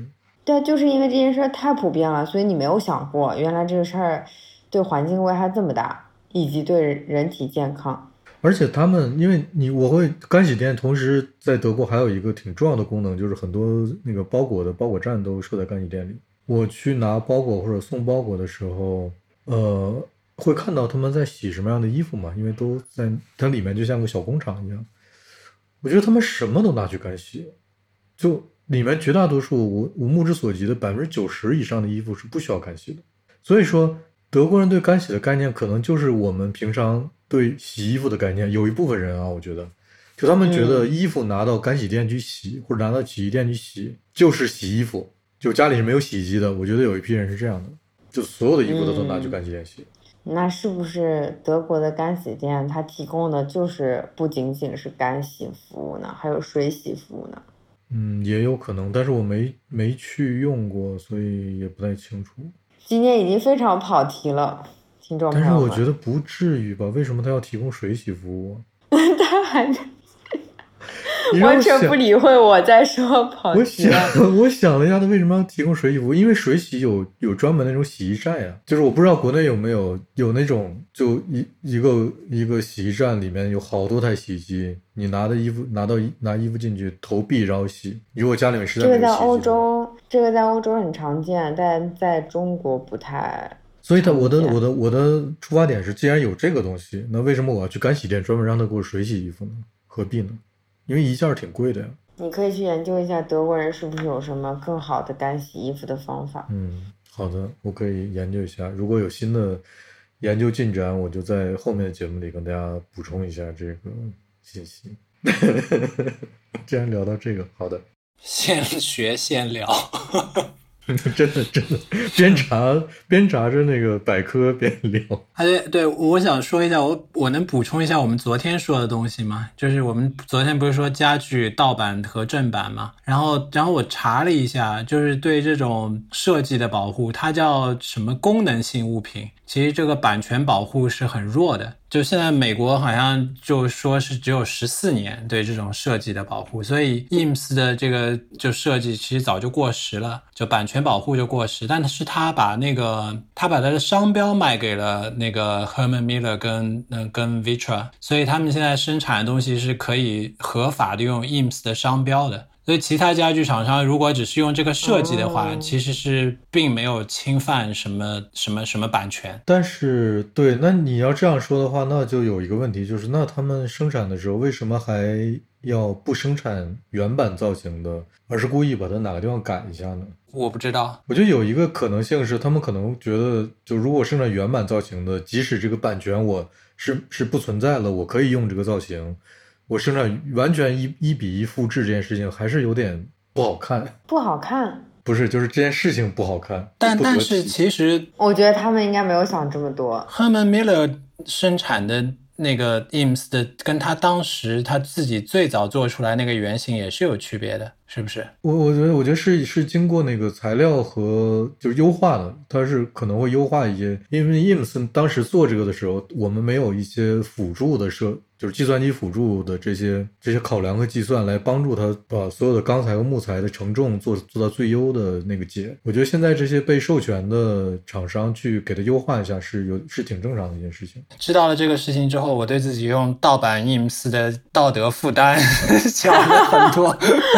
对，就是因为这件事儿太普遍了，所以你没有想过，原来这个事儿对环境危害这么大，以及对人体健康。 而且他们，因为我会干洗店，同时在德国还有一个挺重要的功能，就是很多那个包裹的包裹站都设在干洗店里。我去拿包裹或者送包裹的时候，会看到他们在洗什么样的衣服嘛，因为都在它里面就像个小工厂一样。我觉得他们什么都拿去干洗，就里面绝大多数我目之所及的90%以上的衣服是不需要干洗的。所以说，德国人对干洗的概念可能就是我们平常对洗衣服的概念。有一部分人啊，我觉得，就他们觉得衣服拿到干洗店去洗，或者拿到洗衣店去洗，就是洗衣服，就家里是没有洗衣机的。我觉得有一批人是这样的，就所有的衣服都拿去干洗店洗。 那是不是德国的干洗店它提供的就是不仅仅是干洗服务呢，还有水洗服务呢？ 也有可能，但是我没去用过，所以也不太清楚。 今天已经非常跑题了，听众朋友们。 但是我觉得不至于吧？为什么他要提供水洗服务？ 他还完全不理会我在说跑题了。 我想了一下，他为什么要提供水洗服务？因为水洗有专门那种洗衣站呀，就是我不知道国内有没有那种就一个洗衣站里面有好多台洗衣机，你拿衣服进去投币然后洗。如果家里面实在没有洗衣机， 这个在欧洲很常见，但在中国不太。 所以我的出发点是，既然有这个东西，那为什么我要去干洗店专门让他给我水洗衣服呢？何必呢？因为一件挺贵的呀。 你可以去研究一下德国人是不是有什么更好的干洗衣服的方法。 好的，我可以研究一下。如果有新的研究进展，我就在后面的节目里跟大家补充一下这个信息。既然聊到这个，好的， 现学现聊。 真的边查着那个百科边聊。 对，我想说一下，我能补充一下我们昨天说的东西吗？就是我们昨天不是说家具盗版和正版吗？然后我查了一下，就是对这种设计的保护，它叫什么功能性物品，其实这个版权保护是很弱的。就现在美国好像就说是只有14年对这种设计的保护，所以 IMS 的这个就设计其实早就过时了，就版权保护就过时。但是他把他的商标卖给了那个 Herman Miller 跟 Vitra， 所以他们现在生产的东西是可以合法的用 IMS 的商标的。所以其他家具厂商如果只是用这个设计的话，其实是并没有侵犯什么版权。 但是对，那你要这样说的话，那就有一个问题，就是那他们生产的时候为什么还要不生产原版造型的，而是故意把它哪个地方改一下呢？ 我不知道。 我觉得有一个可能性是，他们可能觉得，就如果生产原版造型的，即使这个版权我是不存在了，我可以用这个造型，我生产完全一比一复制这件事情还是有点不好看。 不好看？ 不是，就是这件事情不好看。 但是其实我觉得他们应该没有想这么多。 Herman Miller 生产的那个 IMS 的跟他当时他自己最早做出来那个原型也是有区别的，是不是？ 我觉得是经过那个材料和就是优化的，它是可能会优化一些，因为 IMS 当时做这个的时候，我们没有一些辅助的就是计算机辅助的这些考量和计算来帮助它把所有的钢材和木材的承重做到最优的那个解。我觉得现在这些被授权的厂商去给它优化一下是挺正常的一件事情。 知道了这个事情之后，我对自己用盗版 IMS 的道德负担小了很多。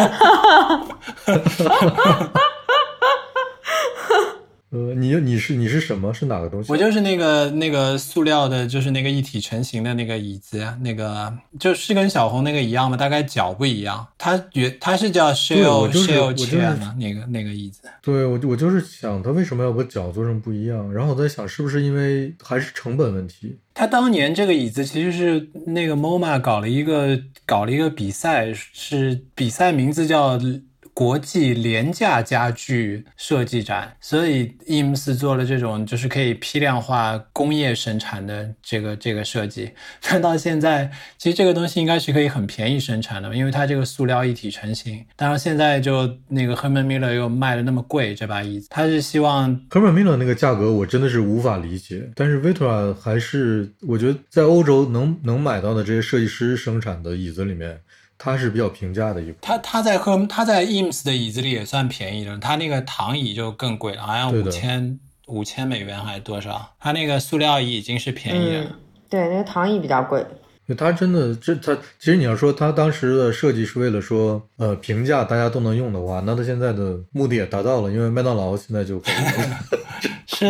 你是什么？是哪个东西？ 我就是那个塑料的，就是那个一体成型的那个椅子，那个就是跟小红那个一样嘛，大概脚不一样。它是叫 shell chair 嘛，那个椅子。 对，我就是想它为什么要把脚做成不一样，然后我在想是不是因为还是成本问题。 他当年这个椅子其实是那个 MoMA 搞了一个比赛，是比赛名字叫国际廉价家具设计展，所以 IMS 做了这种就是可以批量化工业生产的这个设计。但到现在其实这个东西应该是可以很便宜生产的，因为它这个塑料一体成型。当然现在就那个 Herman Miller 又卖的那么贵，这把椅子他是希望 Herman Miller 那个价格我真的是无法理解，但是 Vitra 还是我觉得在欧洲能买到的这些设计师生产的椅子里面， 它是比较平价的一款。 他在 IMS 的椅子里也算便宜的，他那个躺椅就更贵了，好像$5000还是多少？他那个塑料椅已经是便宜了。 对，那个躺椅比较贵。 它真的，它其实你要说它当时的设计是为了说，平价大家都能用的话，那它现在的目的也达到了，因为麦当劳现在就可以是，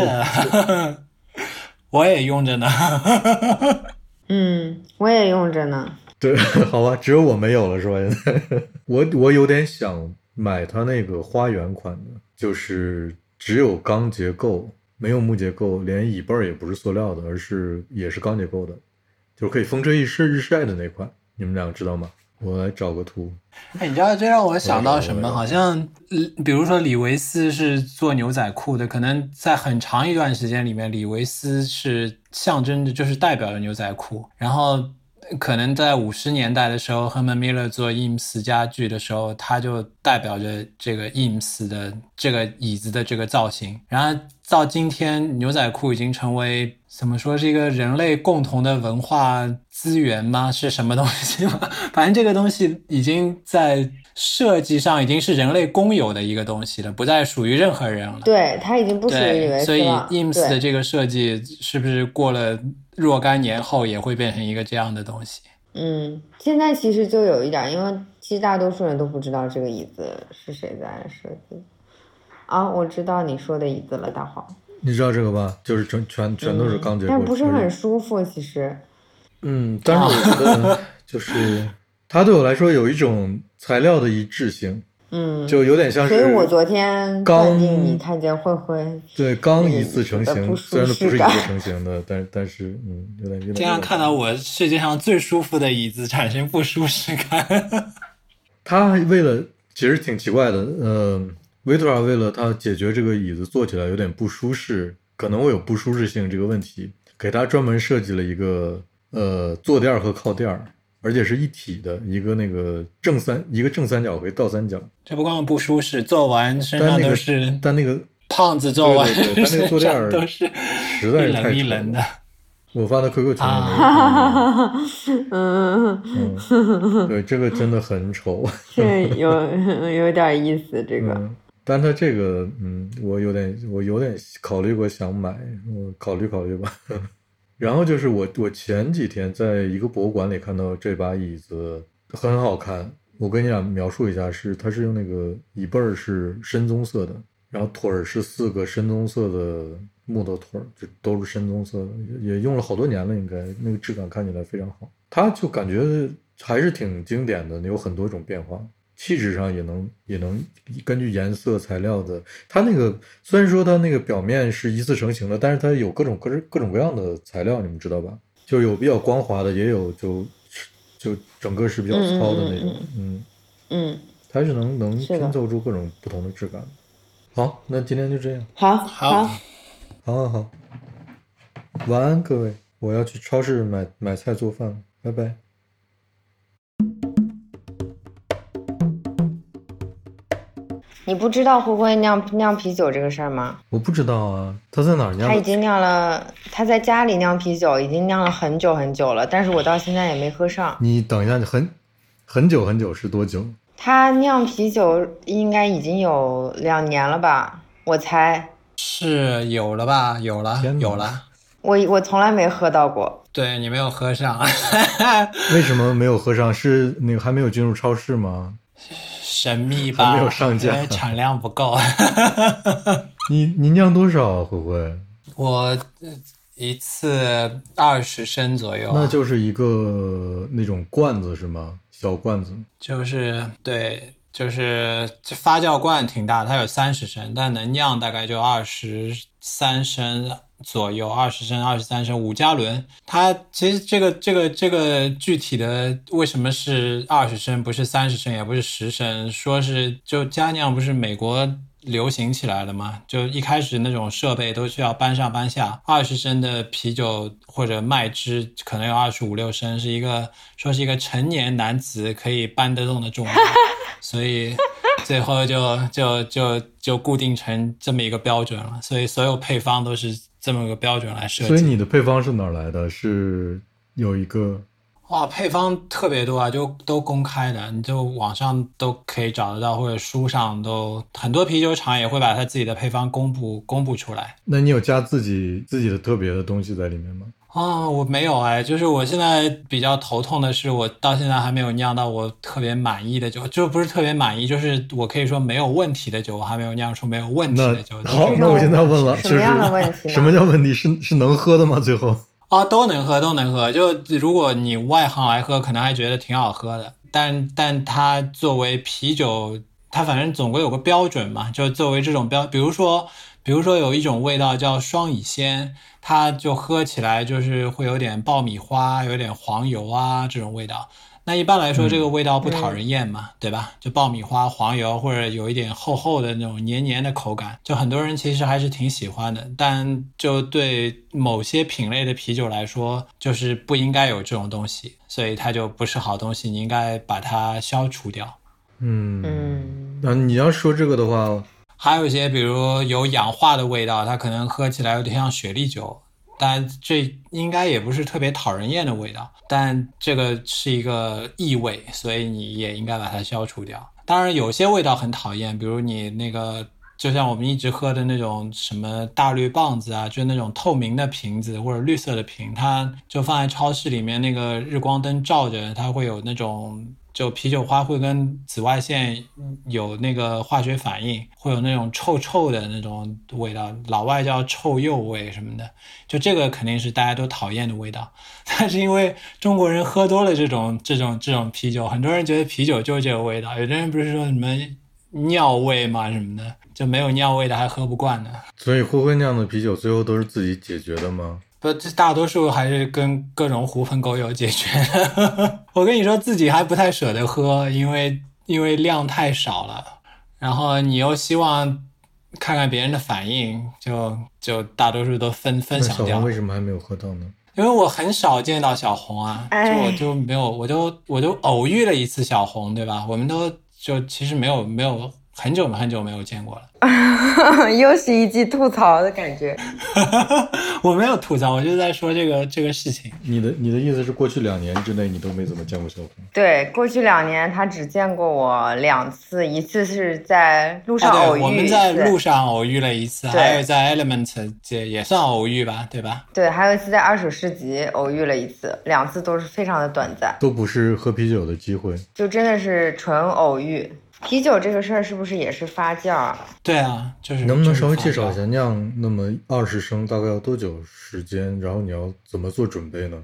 我也用着呢。 我也用着呢。 对，好吧，只有我没有了是吧？现在我有点想买它那个花园款的，就是只有钢结构，没有木结构，连椅背也不是塑料的，也是钢结构的。就是可以风吹日晒的那款，你们两个知道吗？我来找个图。 你知道这让我想到什么？好像比如说李维斯是做牛仔裤的，可能在很长一段时间里面，李维斯是象征着就是代表着牛仔裤，然后可能在50年代的时候，Herman Miller 做 IMS 家具的时候，他就代表着这个 IMS 的这个椅子的这个造型。然后到今天，牛仔裤已经成为怎么说是一个人类共同的文化资源吗？是什么东西吗？反正这个东西已经在设计上已经是人类公有的一个东西了，不再属于任何人了。 对，它已经不属于李维斯了。 所以 IMS 的这个设计是不是过了若干年后也会变成一个这样的东西？ 现在其实就有一点，因为其实大多数人都不知道这个椅子是谁在设计。我知道你说的椅子了，大黄。 你知道这个吧？就是全都是钢结构， 但不是很舒服，其实。 但是我觉得就是它对我来说有一种材料的一致性。就有点像是。 所以我昨天断定你看见会对钢一次成型，虽然不是一次成型的，但是有点这样看到我世界上最舒服的椅子产生不舒适感。 他为了其实挺奇怪的，维特尔为了他解决这个椅子坐起来有点不舒适，可能会有不舒适性这个问题，给他专门设计了一个坐垫和靠垫，而且是一体的，一个正三角和倒三角。 这不光不舒适，坐完身上都是。 但那个胖子坐完， 对，但那个坐垫都是实在是太一冷的。 我发的 QQ 群里面，对，这个真的很丑， 是有点意思这个。 但他这个，我有点考虑过想买，我考虑吧。然后就是我前几天在一个博物馆里看到这把椅子很好看，我跟你俩描述一下，它是用那个椅背是深棕色的，然后腿是4个深棕色的木头腿，就都是深棕色的，也用了好多年了，应该那个质感看起来非常好。它就感觉还是挺经典的，有很多种变化。气质上也能根据颜色材料的，它那个虽然说它那个表面是一次成型的，但是它有各种各样的材料，你们知道吧？就有比较光滑的，也有就整个是比较糙的那种，它是能拼凑出各种不同的质感。好，那今天就这样。 好， 晚安各位，我要去超市买菜做饭，拜拜。 你不知道灰灰酿啤酒这个事儿吗？ 我不知道啊，他在哪儿酿？ 他已经酿了，他在家里酿啤酒，已经酿了很久很久了，但是我到现在也没喝上。 你等一下，你很久是多久？ 他酿啤酒应该已经有2年了吧，我猜。 是有了吧？有了。 我从来没喝到过。 对，你没有喝上。 为什么没有喝上？是那个还没有进入超市吗？ 神秘吧， 还没有上架， 因为产量不够。 你酿多少啊，灰灰？ 我一次20升左右。 那就是一个那种罐子是吗？小罐子。 就是对，就是发酵罐挺大，它有30升，但能酿大概就23升左右，20升、23升，5加仑。它其实这个具体的为什么是20升，不是30升，也不是10升，说是就佳酿不是美国流行起来了吗？就一开始那种设备都需要搬上搬下，20升的啤酒或者麦汁可能有25、6升，说是一个成年男子可以搬得动的重量，所以最后就固定成这么一个标准了，所以所有配方都是这么个标准来设计。 所以你的配方是哪儿来的？是有一个哇，配方特别多啊，就都公开的，你就网上都可以找得到，或者书上都很多啤酒厂也会把他自己的配方公布出来。 那你有加自己的特别的东西在里面吗？ 我没有哎，就是我现在比较头痛的是，我到现在还没有酿到我特别满意的酒，就不是特别满意，就是我可以说没有问题的酒，我还没有酿出没有问题的酒。 好，那我现在问了， 什么样的问题呢？ 什么叫问题？是能喝的吗？最后都能喝，都能喝。就如果你外行来喝，可能还觉得挺好喝的，但它作为啤酒，它反正总归有个标准嘛，就作为这种比如说有一种味道叫双乙酰，它就喝起来就是会有点爆米花，有点黄油啊这种味道。那一般来说，这个味道不讨人厌嘛，对吧？就爆米花、黄油，或者有一点厚厚的那种黏黏的口感，就很多人其实还是挺喜欢的。但就对某些品类的啤酒来说，就是不应该有这种东西，所以它就不是好东西，你应该把它消除掉。 那你要说这个的话， 还有一些比如有氧化的味道，它可能喝起来有点像雪莉酒，但这应该也不是特别讨人厌的味道，但这个是一个异味，所以你也应该把它消除掉。当然有些味道很讨厌，比如你那个就像我们一直喝的那种什么大绿棒子啊，就是那种透明的瓶子或者绿色的瓶，它就放在超市里面，那个日光灯照着，它会有那种就啤酒花会跟紫外线有那个化学反应，会有那种臭臭的那种味道，老外叫臭鼬味什么的，就这个肯定是大家都讨厌的味道。但是因为中国人喝多了这种啤酒，很多人觉得啤酒就是这个味道，有的人不是说什么尿味嘛什么的，就没有尿味的还喝不惯呢。 所以灰灰酿的啤酒最后都是自己解决的吗？ 不，这大多数还是跟各种狐朋狗友解决的。我跟你说，自己还不太舍得喝，因为量太少了，然后你又希望看看别人的反应，就大多数都分享掉。 那小红为什么还没有喝到呢？ 因为我很少见到小红啊，我就没有，我就偶遇了一次小红，对吧？我们都就其实没有很久没有见过了。 又是一记吐槽的感觉。 我没有吐槽，我就在说这个事情。 你的意思是过去2年之内你都没怎么见过小红？ 对，过去2年他只见过我2次，一次是在路上偶遇， 我们在路上偶遇了一次，还有在 Element 也算偶遇吧，对吧？ 对，还有一次在二手市集偶遇了一次，2次都是非常的短暂， 都不是喝啤酒的机会， 就真的是纯偶遇。啤酒这个事儿是不是也是发酵啊？ 对啊，就是能不能稍微介绍一下酿那么20升大概要多久时间？然后你要怎么做准备呢？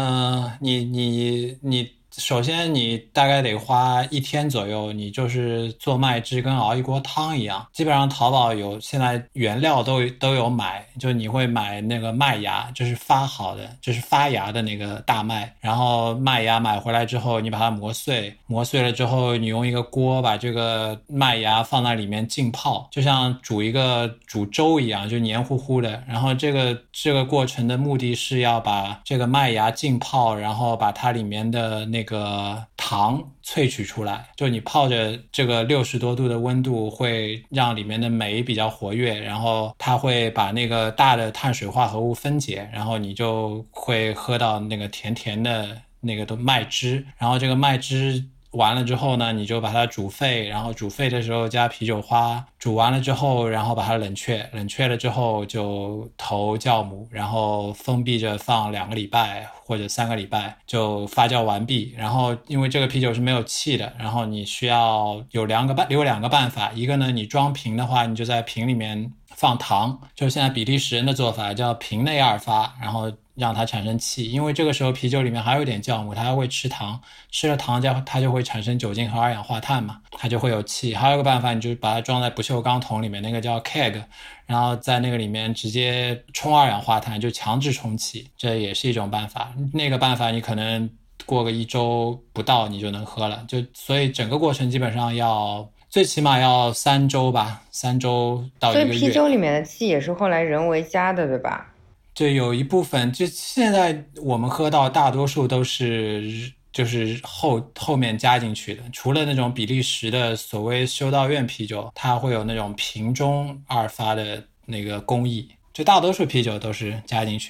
你首先你大概得花1天左右，你就是做麦汁跟熬一锅汤一样。基本上淘宝有现在原料都有买，就你会买那个麦芽，就是发好的，就是发芽的那个大麦，然后麦芽买回来之后，你把它磨碎了之后，你用一个锅把这个麦芽放在里面浸泡，就像煮粥一样，就黏糊糊的。然后这个过程的目的是要把这个麦芽浸泡，然后把它里面的那个糖萃取出来。就你泡着这个60多度的温度，会让里面的酶比较活跃，然后它会把那个大的碳水化合物分解，然后你就会喝到那个甜甜的那个麦汁。然后这个麦汁完了之后呢，你就把它煮沸，然后煮沸的时候加啤酒花，煮完了之后，然后把它冷却了之后就投酵母，然后封闭着放2个礼拜或者3个礼拜就发酵完毕。然后因为这个啤酒是没有气的，然后你需要有两个办法，一个呢，你装瓶的话，你就在瓶里面放糖，就是现在比利时人的做法叫瓶内二发，然后让它产生气，因为这个时候啤酒里面还有一点酵母，它还会吃糖，吃了糖它就会产生酒精和二氧化碳嘛，它就会有气。还有一个办法，你就把它装在不锈钢桶里面，那个叫 keg， 然后在那个里面直接充二氧化碳，就强制充气，这也是一种办法。那个办法你可能过个1周不到你就能喝了，所以整个过程基本上最起码要3周吧，3周到1个月。 所以啤酒里面的气也是后来人为加的，对吧？ 对，有一部分就现在我们喝到大多数都是就是后面加进去的，除了那种比利时的所谓修道院啤酒，它会有那种瓶中二发的那个工艺，就大多数啤酒都是加进去的。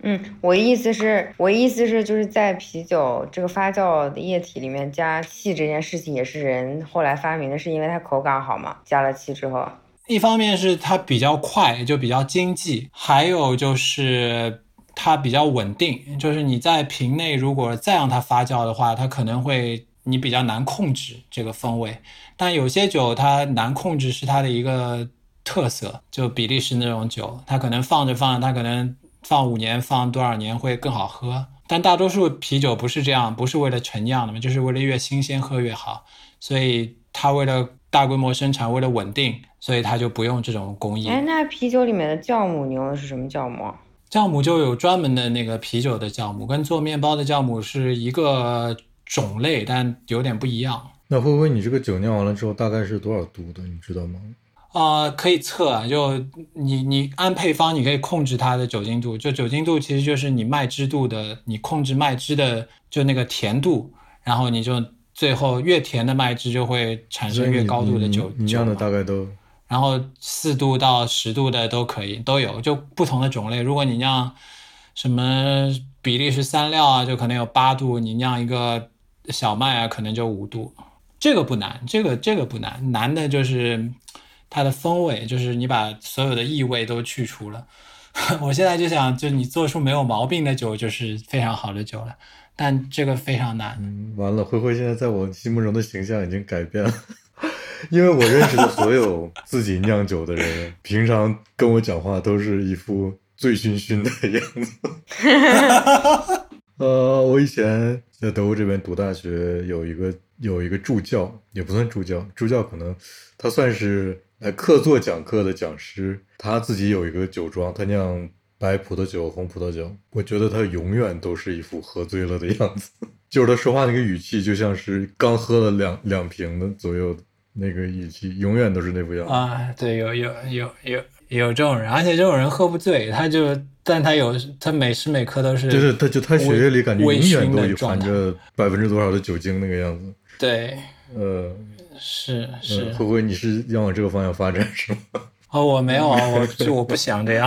我意思是，就是在啤酒这个发酵的液体里面加气这件事情，也是人后来发明的，是因为它口感好嘛？加了气之后， 一方面是它比较快，就比较经济，还有就是它比较稳定，就是你在瓶内如果再让它发酵的话，它可能会你比较难控制这个风味。但有些酒它难控制是它的一个特色，就比利时那种酒，它可能放着放着，它可能放5年，放多少年会更好喝。但大多数啤酒不是这样，不是为了陈酿的嘛，就是为了越新鲜喝越好。所以它为了大规模生产，为了稳定，所以它就不用这种工艺。 那啤酒里面的酵母，你用的是什么酵母？ 酵母就有专门的那个啤酒的酵母，跟做面包的酵母是一个种类，但有点不一样。 那会不会你这个酒酿完了之后大概是多少度的，你知道吗？ 可以测，就你按配方你可以控制它的酒精度，就酒精度其实就是你麦汁度的，你控制麦汁的就那个甜度，然后你就最后越甜的麦汁就会产生越高度的酒。 你酿的大概都， 然后4度到10度的都可以，都有，就不同的种类。如果你酿什么比利时3料啊，就可能有8度，你酿一个小麦啊，可能就5度。这个不难，这个不难，难的就是它的风味，就是你把所有的异味都去除了。我现在就想，就你做出没有毛病的酒，就是非常好的酒了。但这个非常难。 完了，灰灰现在在我心目中的形象已经改变了，因为我认识的所有自己酿酒的人，平常跟我讲话都是一副醉醺醺的样子。我以前在德国这边读大学，有一个助教，也不算助教，助教可能他算是客座讲课的讲师，他自己有一个酒庄，他酿白葡萄酒、红葡萄酒，我觉得他永远都是一副喝醉了的样子，就是他说话那个语气就像是刚喝了两瓶的左右的那个语气，永远都是那副样子啊。对，有这种人，而且这种人喝不醉，但他每时每刻都是， 就是他血液里感觉永远都含着多少的酒精那个样子。 对，是。 会不会你是要往这个方向发展是吗？ 我没有啊，我不想这样。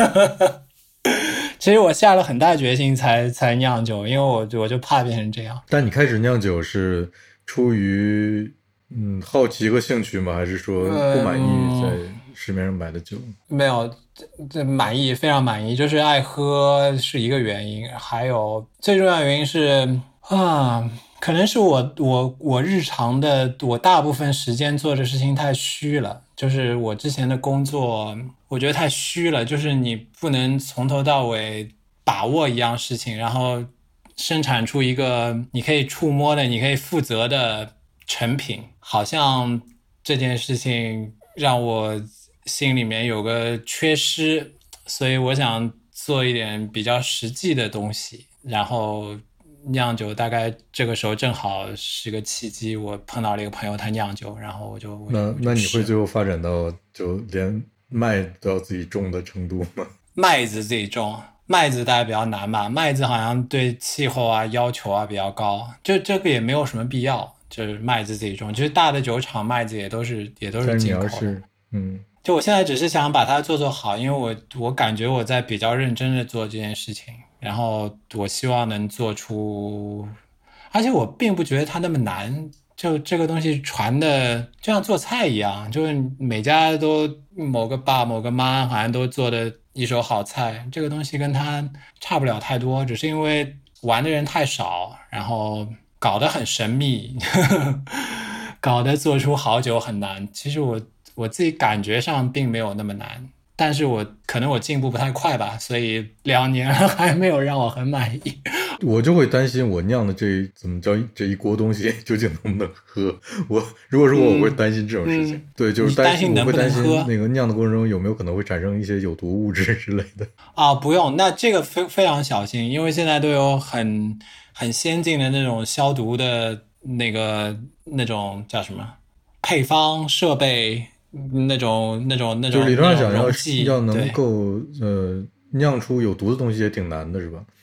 其实我下了很大决心才酿酒，因为我就怕变成这样。 但你开始酿酒是出于好奇和兴趣吗？还是说不满意在市面上买的酒？ 没有，这满意，非常满意，就是爱喝是一个原因，还有最重要的原因是可能是我日常的我大部分时间做的事情太虚了，就是我之前的工作我觉得太虚了，就是你不能从头到尾把握一样事情，然后生产出一个你可以触摸的、你可以负责的成品，好像这件事情让我心里面有个缺失，所以我想做一点比较实际的东西，然后酿酒大概这个时候正好是个契机，我碰到了一个朋友，他酿酒，然后我就那你会最后发展到就连麦都要自己种的程度吗？ 麦子自己种，麦子大概比较难吧，麦子好像对气候啊要求啊比较高，就这个也没有什么必要，就是麦子自己种，就是大的酒厂麦子也都是进口的。 但是你要是就我现在只是想把它做好，因为我感觉我在比较认真的做这件事情，然后我希望能做出，而且我并不觉得它那么难，就这个东西传的就像做菜一样，就是每家都某个爸某个妈好像都做的一手好菜，这个东西跟它差不了太多，只是因为玩的人太少，然后搞得很神秘，搞得做出好酒很难。其实我自己感觉上并没有那么难，但是可能我进步不太快吧，所以2年了还没有让我很满意。 我就会担心我酿的这一锅东西究竟能不能喝。如果是我会担心这种事情。对，就是担心能不能喝， 我会担心那个酿的过程中有没有可能会产生一些有毒物质之类的。 不用，那这个非常小心，因为现在都有很先进的那种消毒的那种叫什么配方设备，那种就是理论上讲要能够酿出有毒的东西也挺难的，是吧？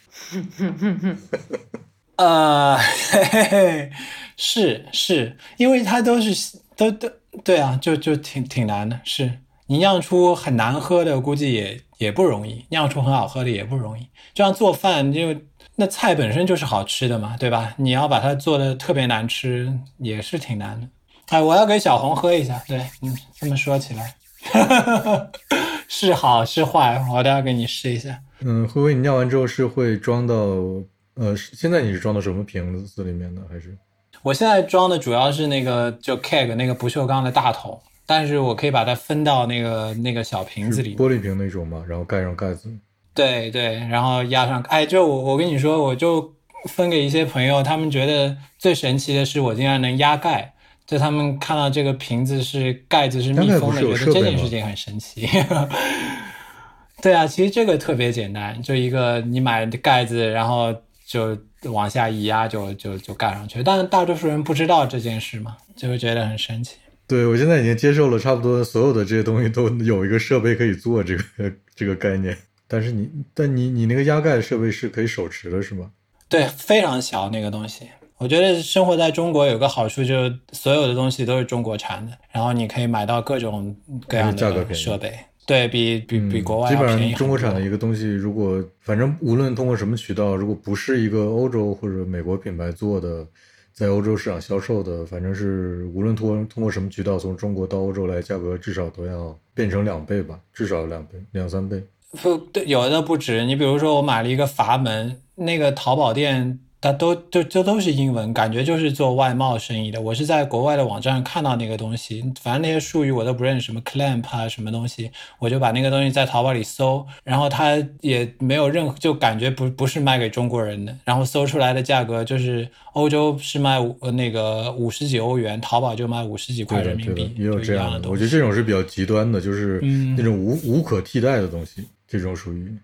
是，因为它都对啊，就挺难的。是你酿出很难喝的，估计也不容易，酿出很好喝的也不容易。这样做饭那菜本身就是好吃的嘛，对吧？你要把它做的特别难吃也是挺难的。哎，我要给小红喝一下。对，这么说起来是好是坏我都要给你试一下。 灰灰你酿完之后是会装到现在你是装到什么瓶子里面的？还是我现在装的主要是那个就 keg 那个不锈钢的大桶，但是我可以把它分到那个小瓶子里面， 玻璃瓶那种嘛，然后盖上盖子。 对对，然后压上。哎，就我跟你说，我就分给一些朋友，他们觉得最神奇的是我竟然能压盖，就他们看到这个瓶子是盖子是密封的，觉得这件事情很神奇。对啊，其实这个特别简单，就一个你买的盖子，然后就往下一压就盖上去。但是大多数人不知道这件事嘛，就会觉得很神奇。 对，我现在已经接受了差不多所有的这些东西都有一个设备可以做这个概念。但是你那个压盖的设备是可以手持的是吗？ 对，非常小那个东西。我觉得生活在中国有个好处，就是所有的东西都是中国产的，然后你可以买到各种各样的设备。对，比国外要便宜很多。 基本上中国产的一个东西，如果反正无论通过什么渠道，如果不是一个欧洲或者美国品牌做的，在欧洲市场销售的，反正是无论通过什么渠道从中国到欧洲来，价格至少都要变成2倍吧，至少2倍2-3倍。 不，有的不止。你比如说我买了一个阀门，那个淘宝店它都是英文，感觉就是做外贸生意的。我是在国外的网站上看到那个东西，反正那些术语我都不认识，什么 clamp 啊什么东西，我就把那个东西在淘宝里搜，然后它也没有就感觉不是卖给中国人的，然后搜出来的价格就是欧洲是卖那个50几欧元，淘宝就卖50几块人民币， 也有这样的东西。 我觉得这种是比较极端的，就是那种无可替代的东西，这种属于。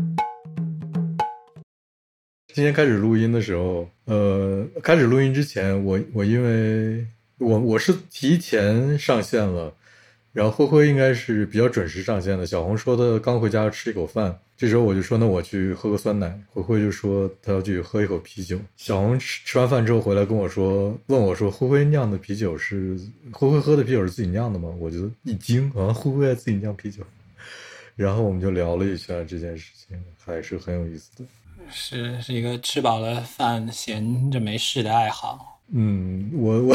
今天开始录音的时候，开始录音之前，我因为我是提前上线了，然后灰灰应该是比较准时上线的。小红说他刚回家吃一口饭，这时候我就说那我去喝个酸奶，灰灰就说他要去喝一口啤酒。小红吃完饭之后回来跟我说，问我说灰灰酿的啤酒是灰灰喝的啤酒是自己酿的吗？我就一惊啊，灰灰还自己酿啤酒。然后我们就聊了一下这件事情，还是很有意思的。 是一个吃饱了饭闲着没事的爱好。 我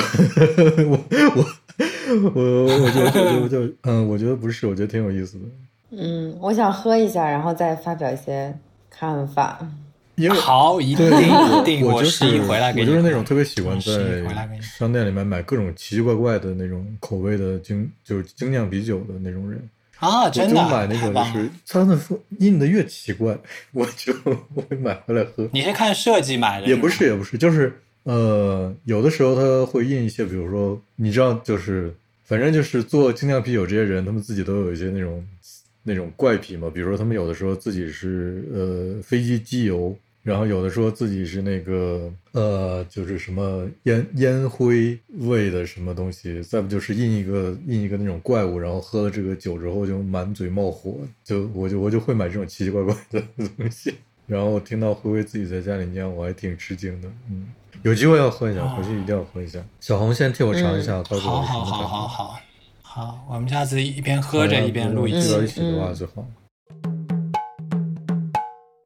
觉得不是，我觉得挺有意思的。 我想喝一下，然后再发表一些看法。 好，一定，我试一回来给你。 我就是那种特别喜欢在商店里面买各种奇奇怪怪的那种口味的就是精酿啤酒的那种人。 啊，真的！ 我就买那种就是它的印的越奇怪，我会买回来喝。 你是看设计买的？ 也不是，就是有的时候他会印一些，比如说你知道，就是反正就是做精酿啤酒这些人，他们自己都有一些那种怪癖嘛。比如说他们有的时候自己是飞机机油。然后有的说自己是那个就是什么烟灰味的什么东西，再不就是印一个那种怪物，然后喝了这个酒之后就满嘴冒火，我就会买这种奇奇怪怪的东西。然后听到灰灰自己在家里酿，我还挺吃惊的。有机会要喝一下，回去一定要喝一下。小红先替我尝一下， 好，我们下次一边喝着一边录一期。 聚到一起的话最好。